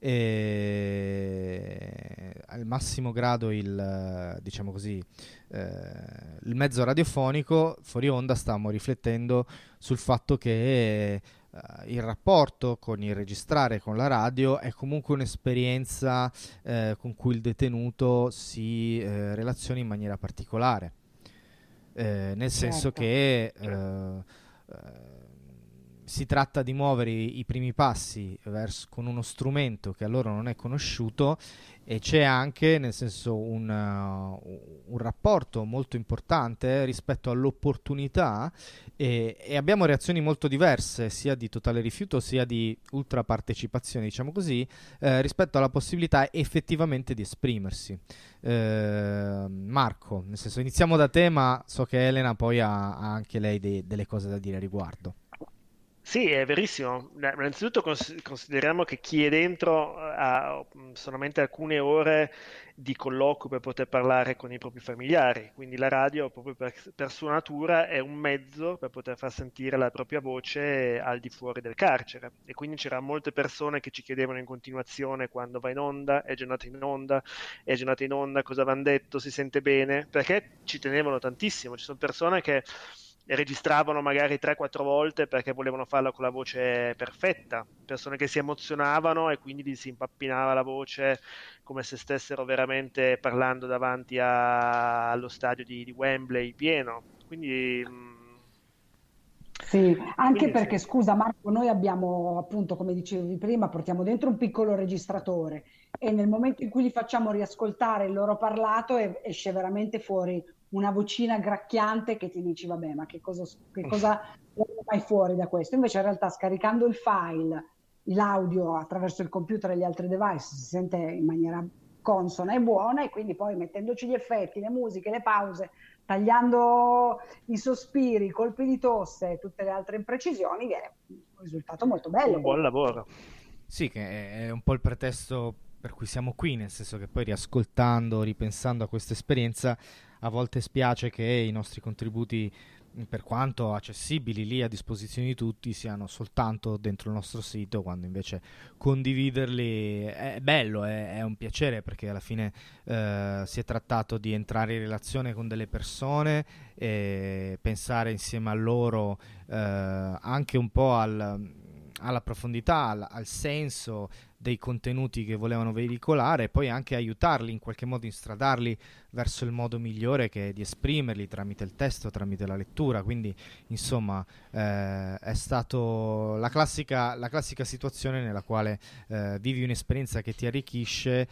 eh, al massimo grado il, diciamo così, eh, il mezzo radiofonico. Fuori onda stavamo riflettendo sul fatto che Uh, il rapporto con il registrare con la radio è comunque un'esperienza uh, con cui il detenuto si uh, relaziona in maniera particolare, uh, nel senso certo. che uh, uh, si tratta di muovere i, i primi passi verso, con uno strumento che a loro non è conosciuto, e c'è anche, nel senso, un, uh, un rapporto molto importante rispetto all'opportunità, e, e abbiamo reazioni molto diverse, sia di totale rifiuto sia di ultra partecipazione, diciamo così, eh, rispetto alla possibilità effettivamente di esprimersi. Eh, Marco, nel senso, iniziamo da te, ma so che Elena poi ha, ha anche lei de- delle cose da dire a riguardo. Sì, è verissimo. Innanzitutto cons- consideriamo che chi è dentro ha solamente alcune ore di colloquio per poter parlare con i propri familiari, quindi la radio proprio per, per sua natura è un mezzo per poter far sentire la propria voce al di fuori del carcere, e quindi c'erano molte persone che ci chiedevano in continuazione quando va in onda, è già andata in onda, è già andata in onda, cosa avevano detto, si sente bene, perché ci tenevano tantissimo. Ci sono persone che registravano magari tre quattro volte perché volevano farla con la voce perfetta, persone che si emozionavano e quindi gli si impappinava la voce come se stessero veramente parlando davanti a, allo stadio di, di Wembley pieno. Quindi mh... sì, anche quindi, perché sì. Scusa Marco, noi abbiamo appunto, come dicevi prima, portiamo dentro un piccolo registratore, e nel momento in cui li facciamo riascoltare il loro parlato esce veramente fuori una vocina gracchiante che ti dici vabbè, ma che cosa, che cosa vai fuori da questo? Invece in realtà, scaricando il file, l'audio attraverso il computer e gli altri device, si sente in maniera consona e buona, e quindi poi mettendoci gli effetti, le musiche, le pause, tagliando i sospiri, i colpi di tosse e tutte le altre imprecisioni, viene un risultato molto bello. Un buon lavoro. Sì, che è un po' il pretesto per cui siamo qui, nel senso che poi, riascoltando, ripensando a questa esperienza, a volte spiace che i nostri contributi, per quanto accessibili lì a disposizione di tutti, siano soltanto dentro il nostro sito, quando invece condividerli è bello, è, è un piacere, perché alla fine eh, si è trattato di entrare in relazione con delle persone e pensare insieme a loro eh, anche un po' al, alla profondità, al, al senso dei contenuti che volevano veicolare, e poi anche aiutarli in qualche modo, instradarli verso il modo migliore, che è di esprimerli tramite il testo, tramite la lettura. Quindi insomma eh, è stato la classica, la classica situazione nella quale eh, vivi un'esperienza che ti arricchisce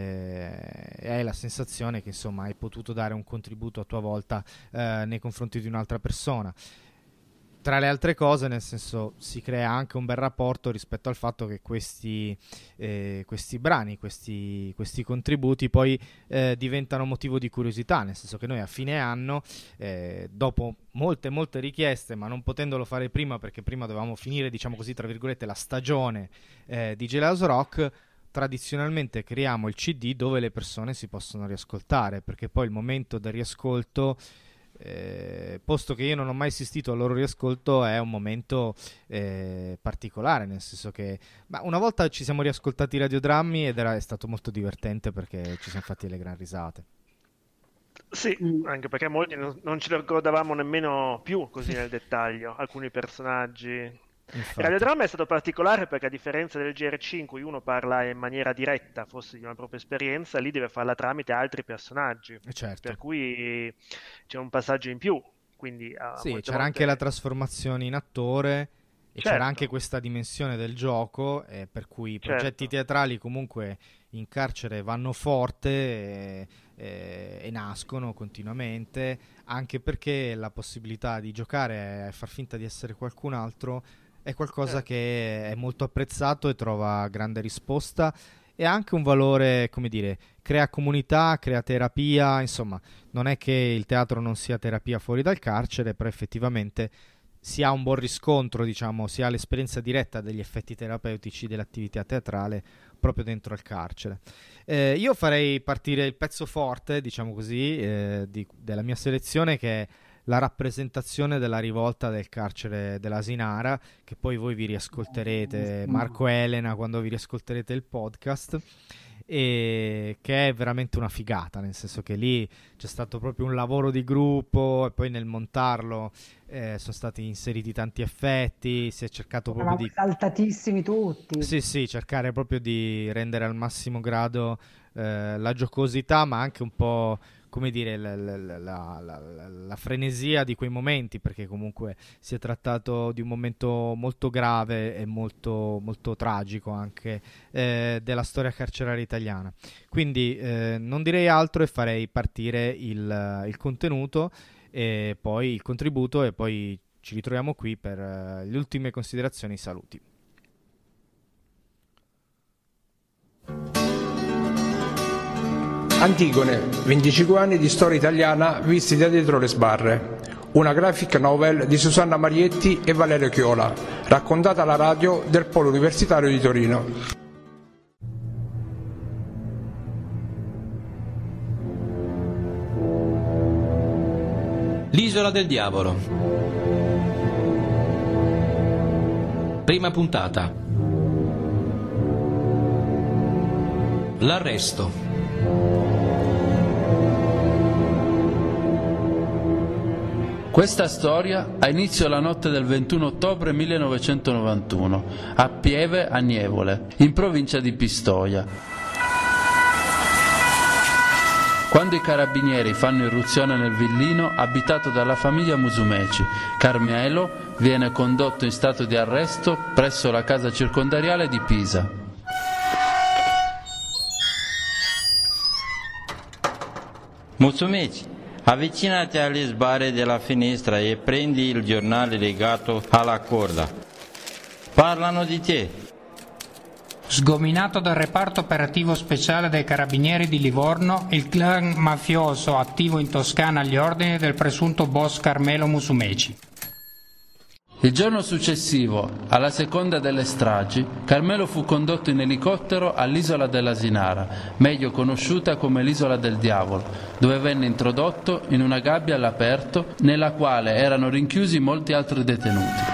eh, e hai la sensazione che insomma hai potuto dare un contributo a tua volta eh, nei confronti di un'altra persona. Tra le altre cose, nel senso, si crea anche un bel rapporto rispetto al fatto che questi, eh, questi brani, questi, questi contributi poi eh, diventano motivo di curiosità, nel senso che noi a fine anno, eh, dopo molte molte richieste, ma non potendolo fare prima perché prima dovevamo finire, diciamo così, tra virgolette, la stagione eh, di Jailhouse Rock, tradizionalmente creiamo il C D dove le persone si possono riascoltare, perché poi il momento del riascolto, Eh, posto che io non ho mai assistito al loro riascolto, è un momento eh, particolare, nel senso che ma una volta ci siamo riascoltati i radiodrammi ed era, è stato molto divertente, perché ci siamo fatti le gran risate. Sì, anche perché molti non, non ce lo ricordavamo nemmeno più così nel dettaglio, alcuni personaggi. Infatti. Il radiodramma è stato particolare perché, a differenza del G R C in cui uno parla in maniera diretta, forse di una propria esperienza, lì deve farla tramite altri personaggi, certo. Per cui c'è un passaggio in più. Quindi, uh, sì, c'era volte... anche la trasformazione in attore, e certo. c'era anche questa dimensione del gioco, eh, per cui i progetti certo. teatrali comunque in carcere vanno forte e, e, e nascono continuamente, anche perché la possibilità di giocare e far finta di essere qualcun altro è qualcosa eh. che è molto apprezzato e trova grande risposta, e ha anche un valore, come dire, crea comunità, crea terapia. Insomma, non è che il teatro non sia terapia fuori dal carcere, però effettivamente si ha un buon riscontro, diciamo, si ha l'esperienza diretta degli effetti terapeutici dell'attività teatrale proprio dentro al carcere. Eh, io farei partire il pezzo forte, diciamo così, eh, di, della mia selezione, che è la rappresentazione della rivolta del carcere dell'Asinara, che poi voi vi riascolterete, Marco e Elena, quando vi riascolterete il podcast, e che è veramente una figata, nel senso che lì c'è stato proprio un lavoro di gruppo e poi nel montarlo eh, sono stati inseriti tanti effetti, si è cercato proprio Erano di... esaltatissimi tutti. Sì, sì, cercare proprio di rendere al massimo grado eh, la giocosità, ma anche un po', come dire, la, la, la, la, la, la frenesia di quei momenti, perché comunque si è trattato di un momento molto grave e molto, molto tragico anche eh, della storia carceraria italiana. Quindi eh, non direi altro e farei partire il, il contenuto e poi il contributo, e poi ci ritroviamo qui per uh, le ultime considerazioni e saluti. Antigone, venticinque anni di storia italiana visti da dietro le sbarre. Una graphic novel di Susanna Marietti e Valerio Chiola, raccontata alla radio del Polo Universitario di Torino. L'isola del diavolo. Prima puntata. L'arresto. Questa storia ha inizio la notte del ventuno ottobre millenovecentonovantuno a Pieve a Nievole, in provincia di Pistoia. Quando i carabinieri fanno irruzione nel villino abitato dalla famiglia Musumeci, Carmelo viene condotto in stato di arresto presso la casa circondariale di Pisa. Musumeci, avvicinati alle sbarre della finestra e prendi il giornale legato alla corda. Parlano di te. Sgominato dal reparto operativo speciale dei carabinieri di Livorno, il clan mafioso attivo in Toscana agli ordini del presunto boss Carmelo Musumeci. Il giorno successivo, alla seconda delle stragi, Carmelo fu condotto in elicottero all'isola dell'Asinara, meglio conosciuta come l'isola del diavolo, dove venne introdotto in una gabbia all'aperto nella quale erano rinchiusi molti altri detenuti.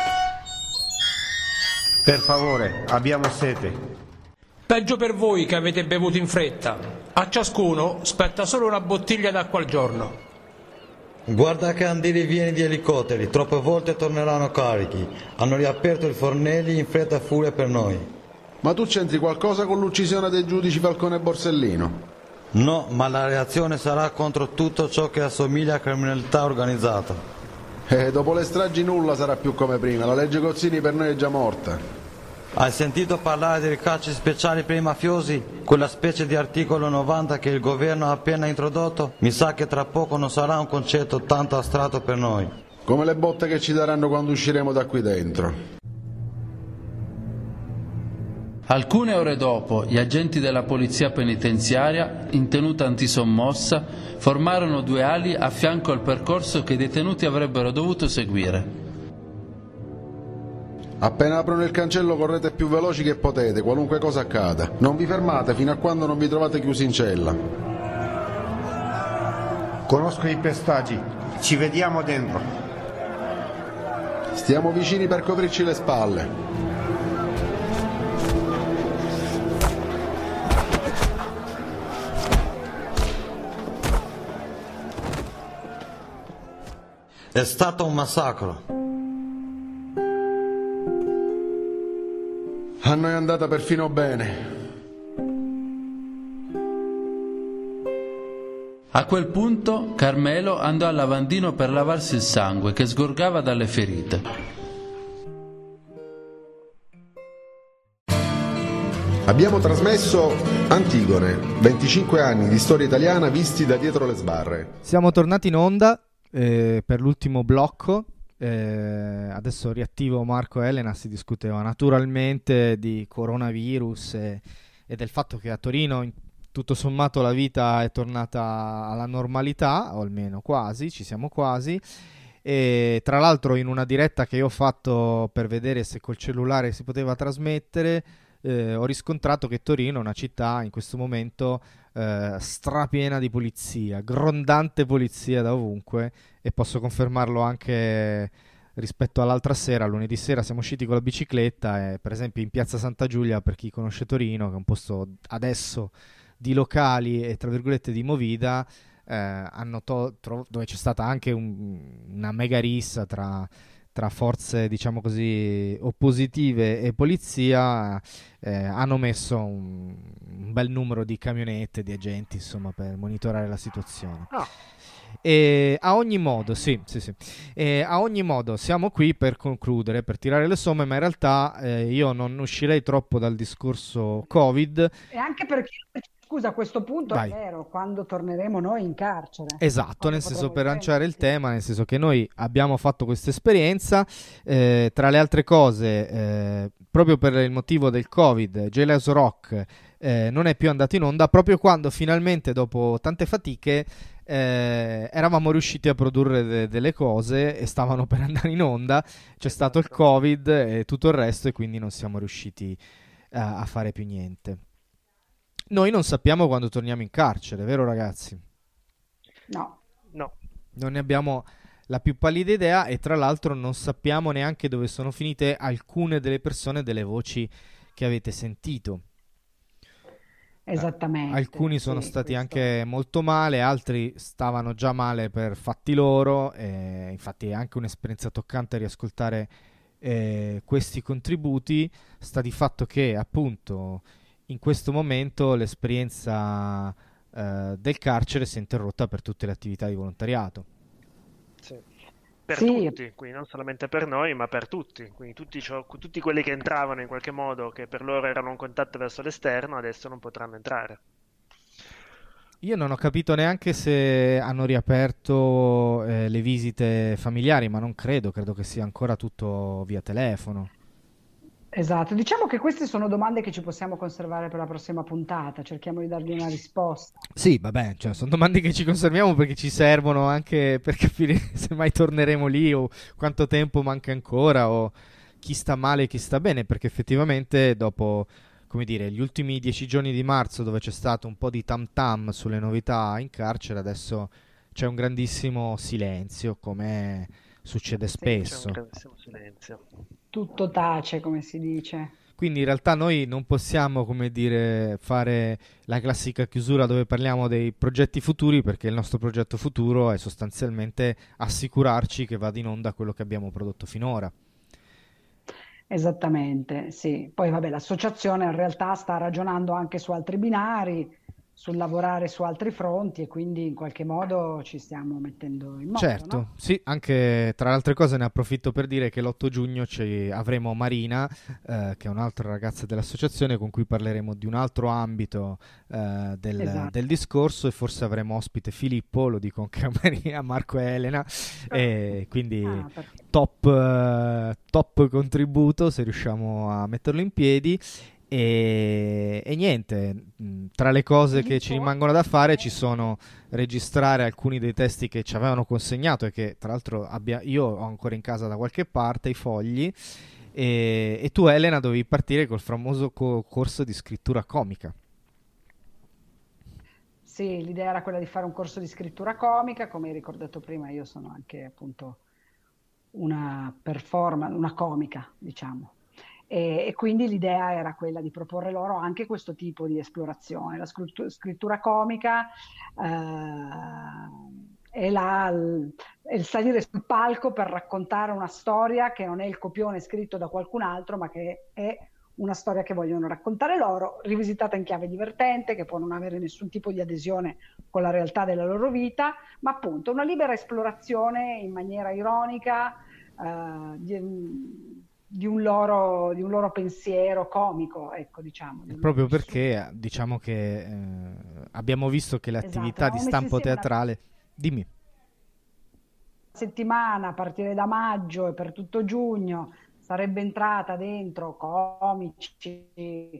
Per favore, abbiamo sete. Peggio per voi che avete bevuto in fretta. A ciascuno spetta solo una bottiglia d'acqua al giorno. Guarda che andiri vieni di elicotteri, troppe volte torneranno carichi. Hanno riaperto i fornelli in fretta e furia per noi. Ma tu c'entri qualcosa con l'uccisione dei giudici Falcone e Borsellino? No, ma la reazione sarà contro tutto ciò che assomiglia a criminalità organizzata. Eh, dopo le stragi nulla sarà più come prima, la legge Gozzini per noi è già morta. Hai sentito parlare di ricacci speciali per i mafiosi? Quella specie di articolo novanta che il governo ha appena introdotto? Mi sa che tra poco non sarà un concetto tanto astratto per noi. Come le botte che ci daranno quando usciremo da qui dentro. Alcune ore dopo, gli agenti della polizia penitenziaria, in tenuta antisommossa, formarono due ali a fianco al percorso che i detenuti avrebbero dovuto seguire. Appena aprono il cancello correte più veloci che potete, qualunque cosa accada. Non vi fermate fino a quando non vi trovate chiusi in cella. Conosco i pestaggi, ci vediamo dentro. Stiamo vicini per coprirci le spalle. È stato un massacro. A noi è andata perfino bene. A quel punto Carmelo andò al lavandino per lavarsi il sangue che sgorgava dalle ferite. Abbiamo trasmesso Antigone, venticinque anni di storia italiana visti da dietro le sbarre. Siamo tornati in onda eh, per l'ultimo blocco. Eh, adesso riattivo Marco e Elena. Si discuteva naturalmente di coronavirus e, e del fatto che a Torino in, tutto sommato la vita è tornata alla normalità, o almeno quasi, ci siamo quasi. E tra l'altro in una diretta che io ho fatto per vedere se col cellulare si poteva trasmettere, eh, ho riscontrato che Torino è una città in questo momento eh, strapiena di polizia, grondante polizia da ovunque, e posso confermarlo anche rispetto all'altra sera. Lunedì sera siamo usciti con la bicicletta e per esempio in Piazza Santa Giulia, per chi conosce Torino, che è un posto adesso di locali e tra virgolette di movida, eh, hanno to- tro- dove c'è stata anche un- una mega rissa tra, tra forze, diciamo così, oppositive e polizia, eh, hanno messo un, un bel numero di camionette, di agenti, insomma, per monitorare la situazione. Oh. E a ogni modo, sì, sì, sì. E a ogni modo siamo qui per concludere, per tirare le somme, ma in realtà eh, io non uscirei troppo dal discorso Covid. E anche perché, scusa, a questo punto Vai. è vero, quando torneremo noi in carcere. Esatto, nel senso, per lanciare il tema, nel senso che noi abbiamo fatto questa esperienza, eh, tra le altre cose, eh, proprio per il motivo del Covid, Jailhouse Rock eh, non è più andato in onda, proprio quando finalmente, dopo tante fatiche, eh, eravamo riusciti a produrre de- delle cose e stavano per andare in onda. C'è stato il Covid e tutto il resto, e quindi non siamo riusciti a, a fare più niente. Noi non sappiamo quando torniamo in carcere, vero ragazzi? No. No. Non ne abbiamo la più pallida idea, e tra l'altro non sappiamo neanche dove sono finite alcune delle persone, delle voci che avete sentito. Esattamente. Alcuni sono sì, stati questo. anche molto male, altri stavano già male per fatti loro, e infatti è anche un'esperienza toccante riascoltare eh, questi contributi. Sta di fatto che appunto in questo momento l'esperienza eh, del carcere si è interrotta per tutte le attività di volontariato. Sì. Per Sì. tutti, quindi non solamente per noi, ma per tutti. Quindi tutti, ciò- tutti quelli che entravano in qualche modo, che per loro erano un contatto verso l'esterno, adesso non potranno entrare. Io non ho capito neanche se hanno riaperto eh, le visite familiari, ma non credo, credo che sia ancora tutto via telefono. Esatto, diciamo che queste sono domande che ci possiamo conservare per la prossima puntata, cerchiamo di dargli una risposta. Sì, vabbè, cioè, sono domande che ci conserviamo perché ci servono anche per capire se mai torneremo lì, o quanto tempo manca ancora, o chi sta male e chi sta bene, perché effettivamente dopo, come dire, gli ultimi dieci giorni di marzo, dove c'è stato un po' di tam tam sulle novità in carcere, adesso c'è un grandissimo silenzio, come succede Sì, c'è un spesso. grandissimo silenzio. Tutto tace, come si dice. Quindi in realtà noi non possiamo, come dire, fare la classica chiusura dove parliamo dei progetti futuri, perché il nostro progetto futuro è sostanzialmente assicurarci che vada in onda quello che abbiamo prodotto finora. Esattamente, sì. Poi vabbè, l'associazione in realtà sta ragionando anche su altri binari, sul lavorare su altri fronti, e quindi in qualche modo ci stiamo mettendo in moto, Certo, no? sì, anche tra le altre cose ne approfitto per dire che l'otto giugno ci avremo Marina, eh, che è un'altra ragazza dell'associazione, con cui parleremo di un altro ambito eh, del, Esatto. del discorso, e forse avremo ospite Filippo, lo dico anche a Maria, Marco e Elena, e quindi Ah, perfetto. top, eh, top contributo se riusciamo a metterlo in piedi. E, e niente, mh, tra le cose che ci rimangono da fare ci sono registrare alcuni dei testi che ci avevano consegnato, e che tra l'altro abbia, io ho ancora in casa da qualche parte, i fogli, e, e tu Elena dovevi partire col famoso co- corso di scrittura comica. Sì, l'idea era quella di fare un corso di scrittura comica, come hai ricordato prima, io sono anche appunto una performer, una comica, diciamo. E, e quindi l'idea era quella di proporre loro anche questo tipo di esplorazione. La scrittu- scrittura comica eh, è, la, è il salire sul palco per raccontare una storia che non è il copione scritto da qualcun altro, ma che è una storia che vogliono raccontare loro, rivisitata in chiave divertente, che può non avere nessun tipo di adesione con la realtà della loro vita, ma appunto una libera esplorazione in maniera ironica eh, di, di un loro, di un loro pensiero comico, ecco, diciamo. di un Proprio loro perché diciamo che eh, abbiamo visto che le Esatto, attività di abbiamo messo stampo insieme una- teatrale... Dimmi. settimana a partire da maggio e per tutto giugno sarebbe entrata dentro comici, eh,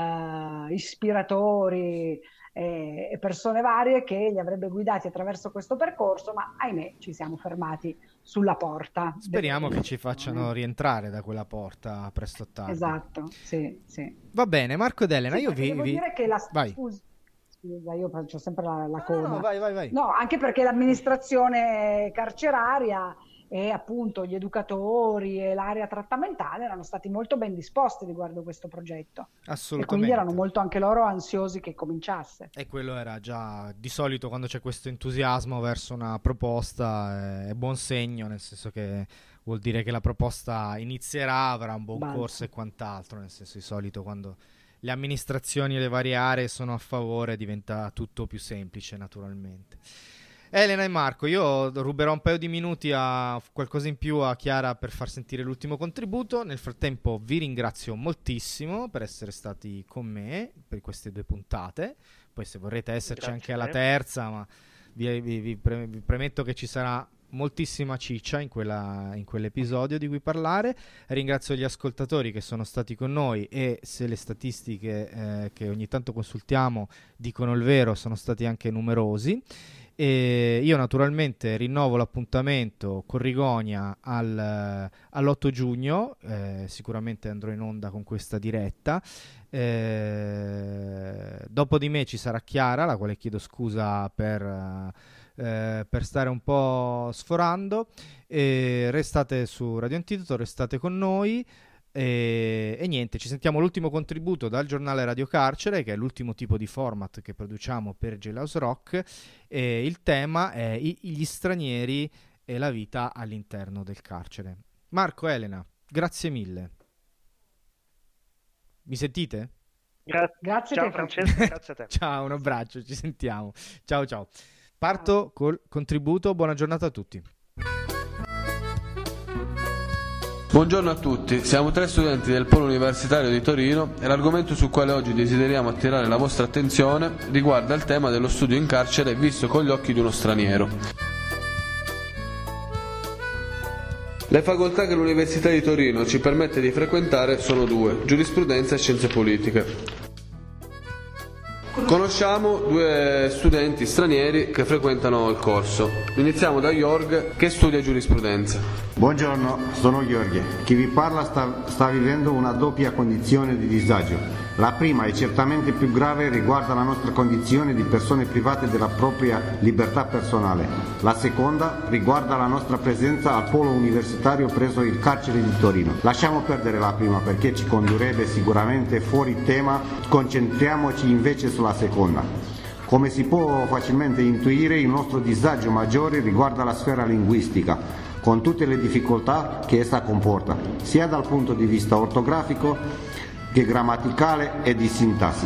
ispiratori e, e persone varie che li avrebbe guidati attraverso questo percorso, ma ahimè ci siamo fermati sulla porta. Speriamo che ci facciano rientrare da quella porta presto o tardi. Esatto, sì, sì. Va bene, Marco ed Elena, Sì, io perché vi... devo vi... dire che la... Vai. Scusa, scusa, io faccio sempre la, la coda. no, vai, vai, vai. No, anche perché l'amministrazione carceraria e appunto gli educatori e l'area trattamentale erano stati molto ben disposti riguardo questo progetto. Assolutamente. E quindi erano molto anche loro ansiosi che cominciasse. E quello era già, di solito quando c'è questo entusiasmo verso una proposta è buon segno, nel senso che vuol dire che la proposta inizierà, avrà un buon Balza. corso e quant'altro, nel senso di solito quando le amministrazioni e le varie aree sono a favore diventa tutto più semplice naturalmente. Elena e Marco, io ruberò un paio di minuti a qualcosa in più a Chiara per far sentire l'ultimo contributo. Nel frattempo vi ringrazio moltissimo per essere stati con me per queste due puntate. Poi se vorrete esserci Grazie anche alla terza, ma vi, vi, vi, pre- vi premetto che ci sarà moltissima ciccia in, quella, in quell'episodio di cui parlare. Ringrazio gli ascoltatori che sono stati con noi e se le statistiche eh, che ogni tanto consultiamo dicono il vero, sono stati anche numerosi. E io naturalmente rinnovo l'appuntamento con Rigonia al, all'otto giugno, eh, sicuramente andrò in onda con questa diretta. Eh, dopo di me ci sarà Chiara, la quale chiedo scusa per, eh, per stare un po' sforando. E restate su Radio Antidoto, restate con noi. E, e niente, ci sentiamo l'ultimo contributo dal giornale Radio Carcere, che è l'ultimo tipo di format che produciamo per Jailhouse Rock, e il tema è i, gli stranieri e la vita all'interno del carcere. Marco, Elena, grazie mille. Mi sentite? Gra- Grazie ciao te. Francesco, grazie a te. Ciao, un abbraccio, ci sentiamo. Ciao ciao. Parto col contributo, buona giornata a tutti. Buongiorno a tutti, siamo tre studenti del Polo Universitario di Torino e l'argomento sul quale oggi desideriamo attirare la vostra attenzione riguarda il tema dello studio in carcere visto con gli occhi di uno straniero. Le facoltà che l'Università di Torino ci permette di frequentare sono due, giurisprudenza e scienze politiche. Conosciamo due studenti stranieri che frequentano il corso. Iniziamo da Jorg che studia giurisprudenza. Buongiorno, sono Jorge. Chi vi parla sta, sta vivendo una doppia condizione di disagio. La prima e certamente più grave riguarda la nostra condizione di persone private della propria libertà personale. La seconda riguarda la nostra presenza al polo universitario presso il carcere di Torino. Lasciamo perdere la prima perché ci condurrebbe sicuramente fuori tema, concentriamoci invece sulla seconda. Come si può facilmente intuire, il nostro disagio maggiore riguarda la sfera linguistica, con tutte le difficoltà che essa comporta, sia dal punto di vista ortografico che grammaticale e di sintassi.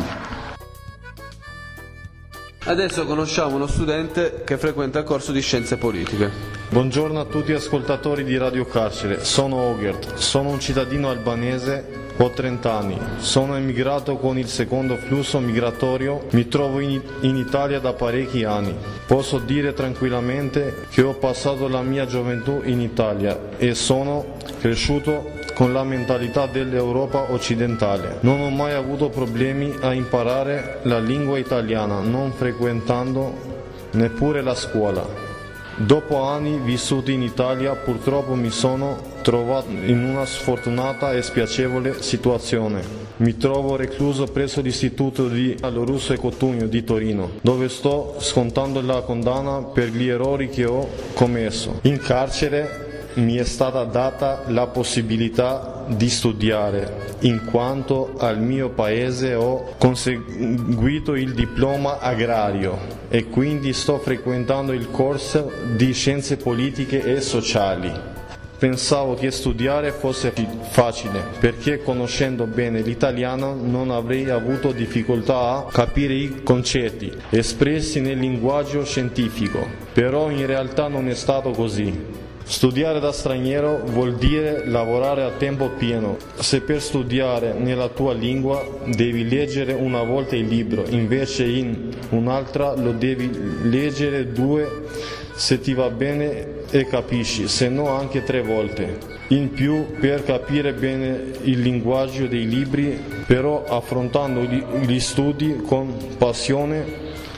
Adesso conosciamo uno studente che frequenta il corso di scienze politiche. Buongiorno a tutti ascoltatori di Radio Carcere, sono Ogert, sono un cittadino albanese, ho trenta anni, sono emigrato con il secondo flusso migratorio, mi trovo in, in Italia da parecchi anni. Posso dire tranquillamente che ho passato la mia gioventù in Italia e sono cresciuto con la mentalità dell'Europa occidentale. Non ho mai avuto problemi a imparare la lingua italiana, non frequentando neppure la scuola. Dopo anni vissuti in Italia, purtroppo mi sono trovato in una sfortunata e spiacevole situazione. Mi trovo recluso presso l'istituto di Lorusso e Cotugno di Torino, dove sto scontando la condanna per gli errori che ho commesso. In carcere mi è stata data la possibilità di studiare, in quanto al mio paese ho conseguito il diploma agrario e quindi sto frequentando il corso di scienze politiche e sociali. Pensavo che studiare fosse facile, perché conoscendo bene l'italiano non avrei avuto difficoltà a capire i concetti espressi nel linguaggio scientifico, però in realtà non è stato così. Studiare da straniero vuol dire lavorare a tempo pieno. Se per studiare nella tua lingua devi leggere una volta il libro, invece in un'altra lo devi leggere due se ti va bene e capisci, se no anche tre volte. In più, per capire bene il linguaggio dei libri, però affrontando gli studi con passione,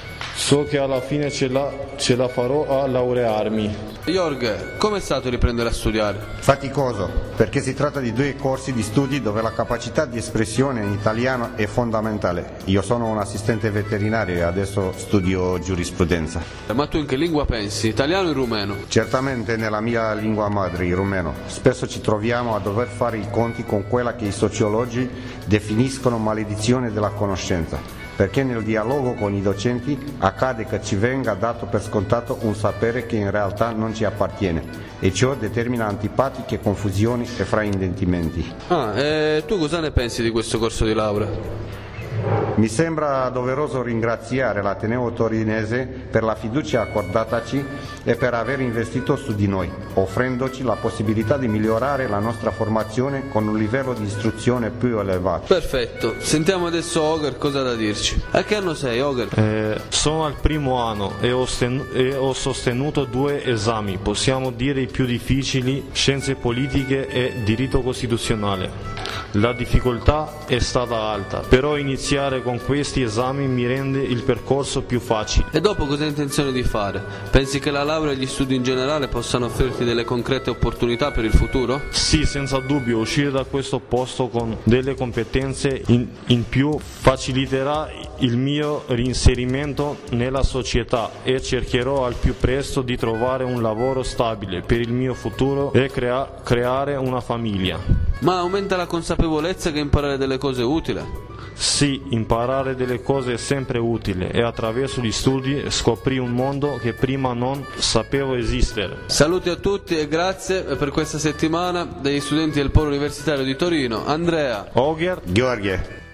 So che alla fine ce la, ce la farò a laurearmi. Jorge, com'è stato riprendere a studiare? Faticoso, perché si tratta di due corsi di studi dove la capacità di espressione in italiano è fondamentale. Io sono un assistente veterinario e adesso studio giurisprudenza. Ma tu in che lingua pensi? Italiano o rumeno? Certamente nella mia lingua madre, il rumeno. Spesso ci troviamo a dover fare i conti con quella che i sociologi definiscono maledizione della conoscenza. Perché nel dialogo con i docenti accade che ci venga dato per scontato un sapere che in realtà non ci appartiene e ciò determina antipatiche, confusioni e fraintendimenti. Ah, e tu cosa ne pensi di questo corso di laurea? Mi sembra doveroso ringraziare l'Ateneo torinese per la fiducia accordataci e per aver investito su di noi, offrendoci la possibilità di migliorare la nostra formazione con un livello di istruzione più elevato. Perfetto, sentiamo adesso Oger cosa ha da dirci. A che anno sei, Oger? Eh, sono al primo anno e ho, sten- e ho sostenuto due esami, possiamo dire i più difficili, scienze politiche e diritto costituzionale. La difficoltà è stata alta, però iniziare con questi esami mi rende il percorso più facile. E dopo cosa hai intenzione di fare? Pensi che la laurea e gli studi in generale possano offrirti delle concrete opportunità per il futuro? Sì, senza dubbio, uscire da questo posto con delle competenze in, in più faciliterà il mio reinserimento nella società e cercherò al più presto di trovare un lavoro stabile per il mio futuro e crea- creare una famiglia. Ma aumenta la consapevolezza che imparare delle cose è utile? Sì, imparare delle cose è sempre utile e attraverso gli studi scoprì un mondo che prima non sapevo esistere. Saluti a tutti e grazie per questa settimana degli studenti del Polo Universitario di Torino. Andrea, Oger, Jorge.